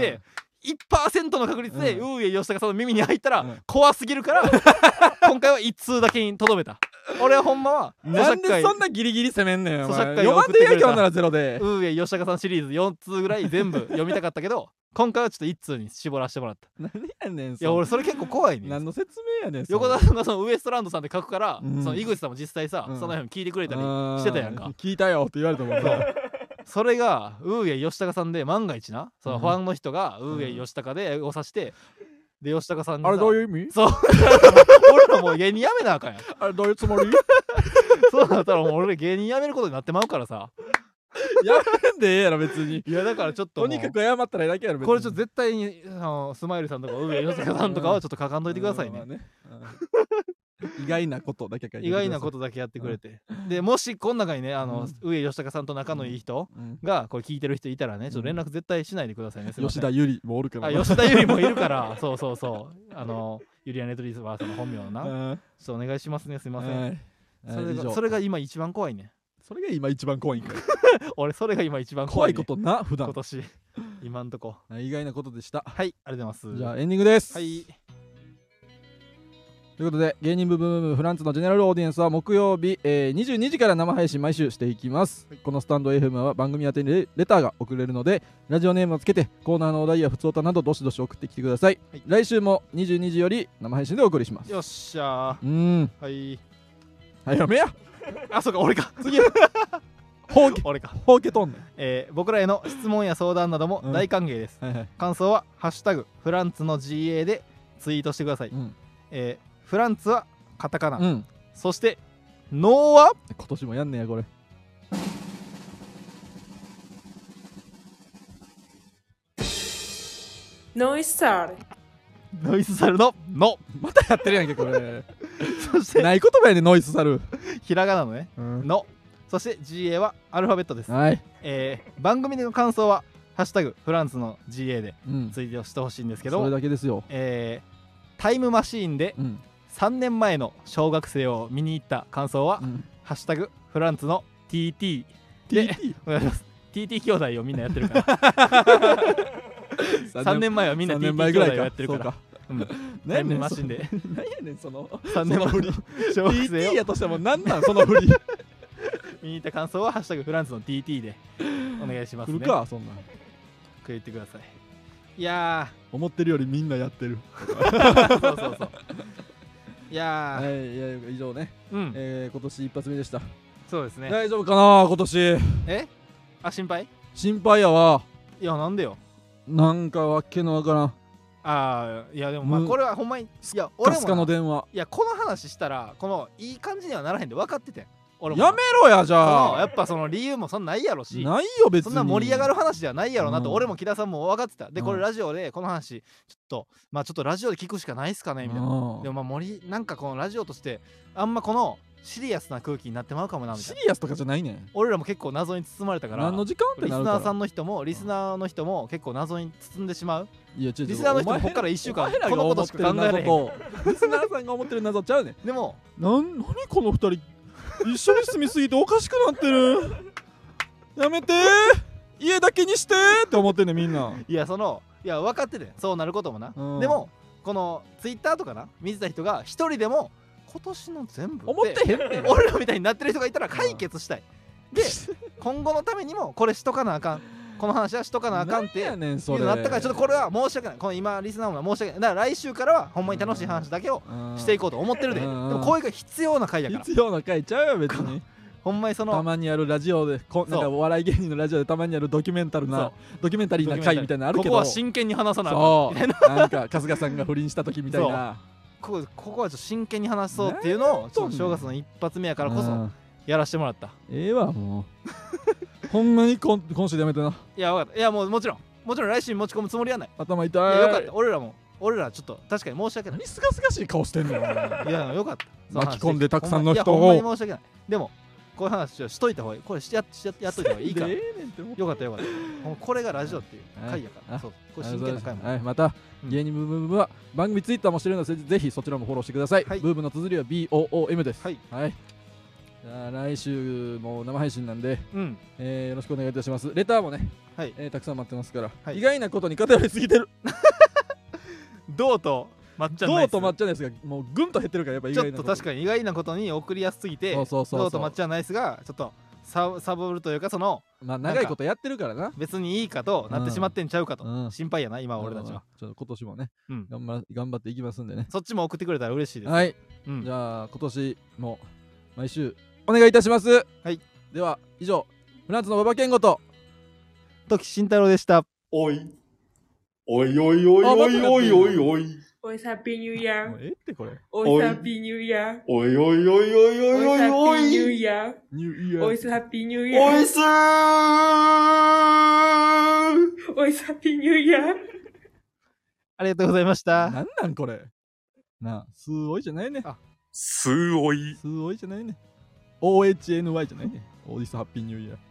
、1% の確率でウーエイ吉高さんの耳に入ったら怖すぎるから今回は1通だけにとどめた。俺はほんまはなんでそんなギリギリ攻めんねん。読まんでやけどならゼロで。 ウーエイ吉高さんシリーズ4通ぐらい全部読みたかったけど今回はちょっと1通に絞らせてもらった。 何やねん。いや俺それ結構怖いねん。 何の説明やねん。 横田さんがそのウエストランドさんって書くから、その井口さんも実際さ、その辺聞いてくれたりしてたやんか。 聞いたよって言われたもんな。 それがウーエイ吉高さんで万が一な、そのファンの人がウーエイ吉高でおさしてで吉高さんにあれどういう意味？ そう俺らもう芸人やめなあかんやん。 あれどういうつもり？ そうなったらもう俺芸人やめることになってまうからさ。 やめんでええやろ別に。 いやだからちょっととにかく謝ったらええだけやろ別に。 これちょっと絶対にスマイルさんとかウエイ吉高さんとかはちょっと書かんといてくださいね。 意外なことだけ意外なことだけやってくれて、でもしこの中にねウエイ吉高さんと仲のいい人がこれ聞いてる人いたらね、ちょっと連絡絶対しないでくださいね。 吉田ゆりもおるから。 吉田ゆりもいるからそうそうそうユリアネトリスバーさんの本名のな、ちょっとお願いしますね。すいません。それが今一番怖いね。 それが今一番怖いんか。 俺それが今一番怖いことな普段今年今んとこ意外なことでした。 はい、ありがとうございます。 じゃあエンディングです。 はい。 ということで芸人ブームブームフランツのジェネラルオーディエンスは木曜日、22時から生配信毎週していきます。このスタンド FM は番組宛てにレターが送れるのでラジオネームをつけてコーナーのお題やふつおたなどどしどし送ってきてください。来週も22時より生配信でお送りします。 よっしゃー。 はいやめや。 あ、そうか俺か次俺かほうけとんねん。僕らへの質問や相談なども大歓迎です。感想はハッシュタグフランツの GA でツイートしてください。フランツはカタカナ、そしてノーは今年もやんねやこれ。 ノイスサル。 ノイスサルのノ。 またやってるやんけこれ。 そしてない言葉やねノイスサル。 ひらがなのね、の。そして GA はアルファベットです。 はい。 番組の感想はハッシュタグフランツの GA でツイートしてほしいんですけど、 それだけですよ。 タイムマシーンで3年前の小学生を見に行った感想は、ハッシュタグフランツの TT でお願いします。TT 兄弟をみんなやってるから3年前はみんな TT 兄弟をやってるから、タイムマシンで何やねんその 3年前の小学生を TT やとしても何なんその振り。 見に行った感想はハッシュタグフランツの TT でお願いしますね。 来るかそんなん言ってください。いや思ってるよりみんなやってる。 そういや以上ね、今年一発目でした。 そうですね。 大丈夫かな今年。 心配やわ。 いやなんでよ。 なんかわけのわからん。 ああ、いやでもまあこれはほんまに、いや俺もカスカの電話、 いやこの話したらこのいい感じにはならへんで分かっててん。俺もやめろやじゃあ。 やっぱその理由もそんなないやろし、 ないよ別に。 そんな盛り上がる話ではないやろなと俺も木田さんも分かってた。でこれラジオでこの話ちょっとラジオで聞くしかないっすかねみたいな。でもまあなんかこのラジオとしてあんまこのシリアスな空気になってまうかもなみたいな。 シリアスとかじゃないねん。 俺らも結構謎に包まれたから、 何の時間ってなるから、 リスナーさんの人もリスナーの人も結構謎に包んでしまう。 いや違う違う、 リスナーの人もここから1週間このことしか考えられへん。 リスナーさんが思ってる謎ちゃうねん。 でも何この2人一緒に住みすぎておかしくなってる。やめて家だけにしてって思ってんねんみんな。 いや分かっててそうなることもな、でもこのツイッターとかな見てた人が一人でも今年の全部思ってへんねん。 俺らみたいになってる人がいたら解決したい。で今後のためにもこれしとかなあかん、この話はしとかなあかんっていうのなったから、ちょっとこれは申し訳ない。この今リスナーも申し訳ない。だから来週からはほんまに楽しい話だけをしていこうと思ってるで。でもこういうが必要な回やから。 必要な回ちゃうよ別に。 ほんまにそのたまにあるラジオでなんかお笑い芸人のラジオでたまにあるドキュメンタリーな回みたいなのあるけど、 ここは真剣に話さなあかんみたいな。 なんか春日さんが不倫した時みたいな、 ここはちょっと真剣に話そうっていうのをちょっと正月の一発目やからこそやらしてもらった。 ええわもうほんまに今週でやめてな。 いや分かった。いやもうもちろん来週に持ち込むつもりはない。 頭痛い。 よかった。俺らちょっと確かに申し訳ない。 何すがすがしい顔してんの。いやよかった。 巻き込んでたくさんの人を。 ほんまに申し訳ない。でもこういう話をしといた方がいい。これやっといた方がいいから。よかった。これがラジオっていう回やから。そう。これ真剣な回も。 はい、また芸人ブームブームは番組ツイッターもしてるのでぜひそちらもフォローしてください。ブームの綴りは BOOM です。はい。じゃあ来週も生配信なんでよろしくお願いいたします。レターもねたくさん待ってますから。意外なことに偏りすぎてる。 どうと抹茶ナイスがもうぐんと減ってるから、やっぱ意外なちょっと確かに意外なことに送りやすすぎて、どうと抹茶ナイスがちょっとサボるというか、そのまあ長いことやってるからな、 別にいいかとなってしまってんちゃうかと心配やな今俺たちは。 ちょっと今年もね頑張っていきますんでね。 そっちも送ってくれたら嬉しいです。 はい、じゃあ今年も毎週お願いいたします。はい、では以上フランスの馬場健吾と時慎太郎でした。 おいおいおいおいおいおいおいおいおい、ハッピーニューイヤー。 ってこれ。 おい、ハッピーニューイヤー。 おいおいおいおいおいおいおい。 ニューイヤー。おい、ハッピーニューイヤー。 おいすー。 おい、ハッピーニューイヤー。 ありがとうございました。 なんこれ。なあ、すごいじゃないね。 すごい。 すごいじゃないね。OHNY じゃないね。オーディスハッピーニューイヤー。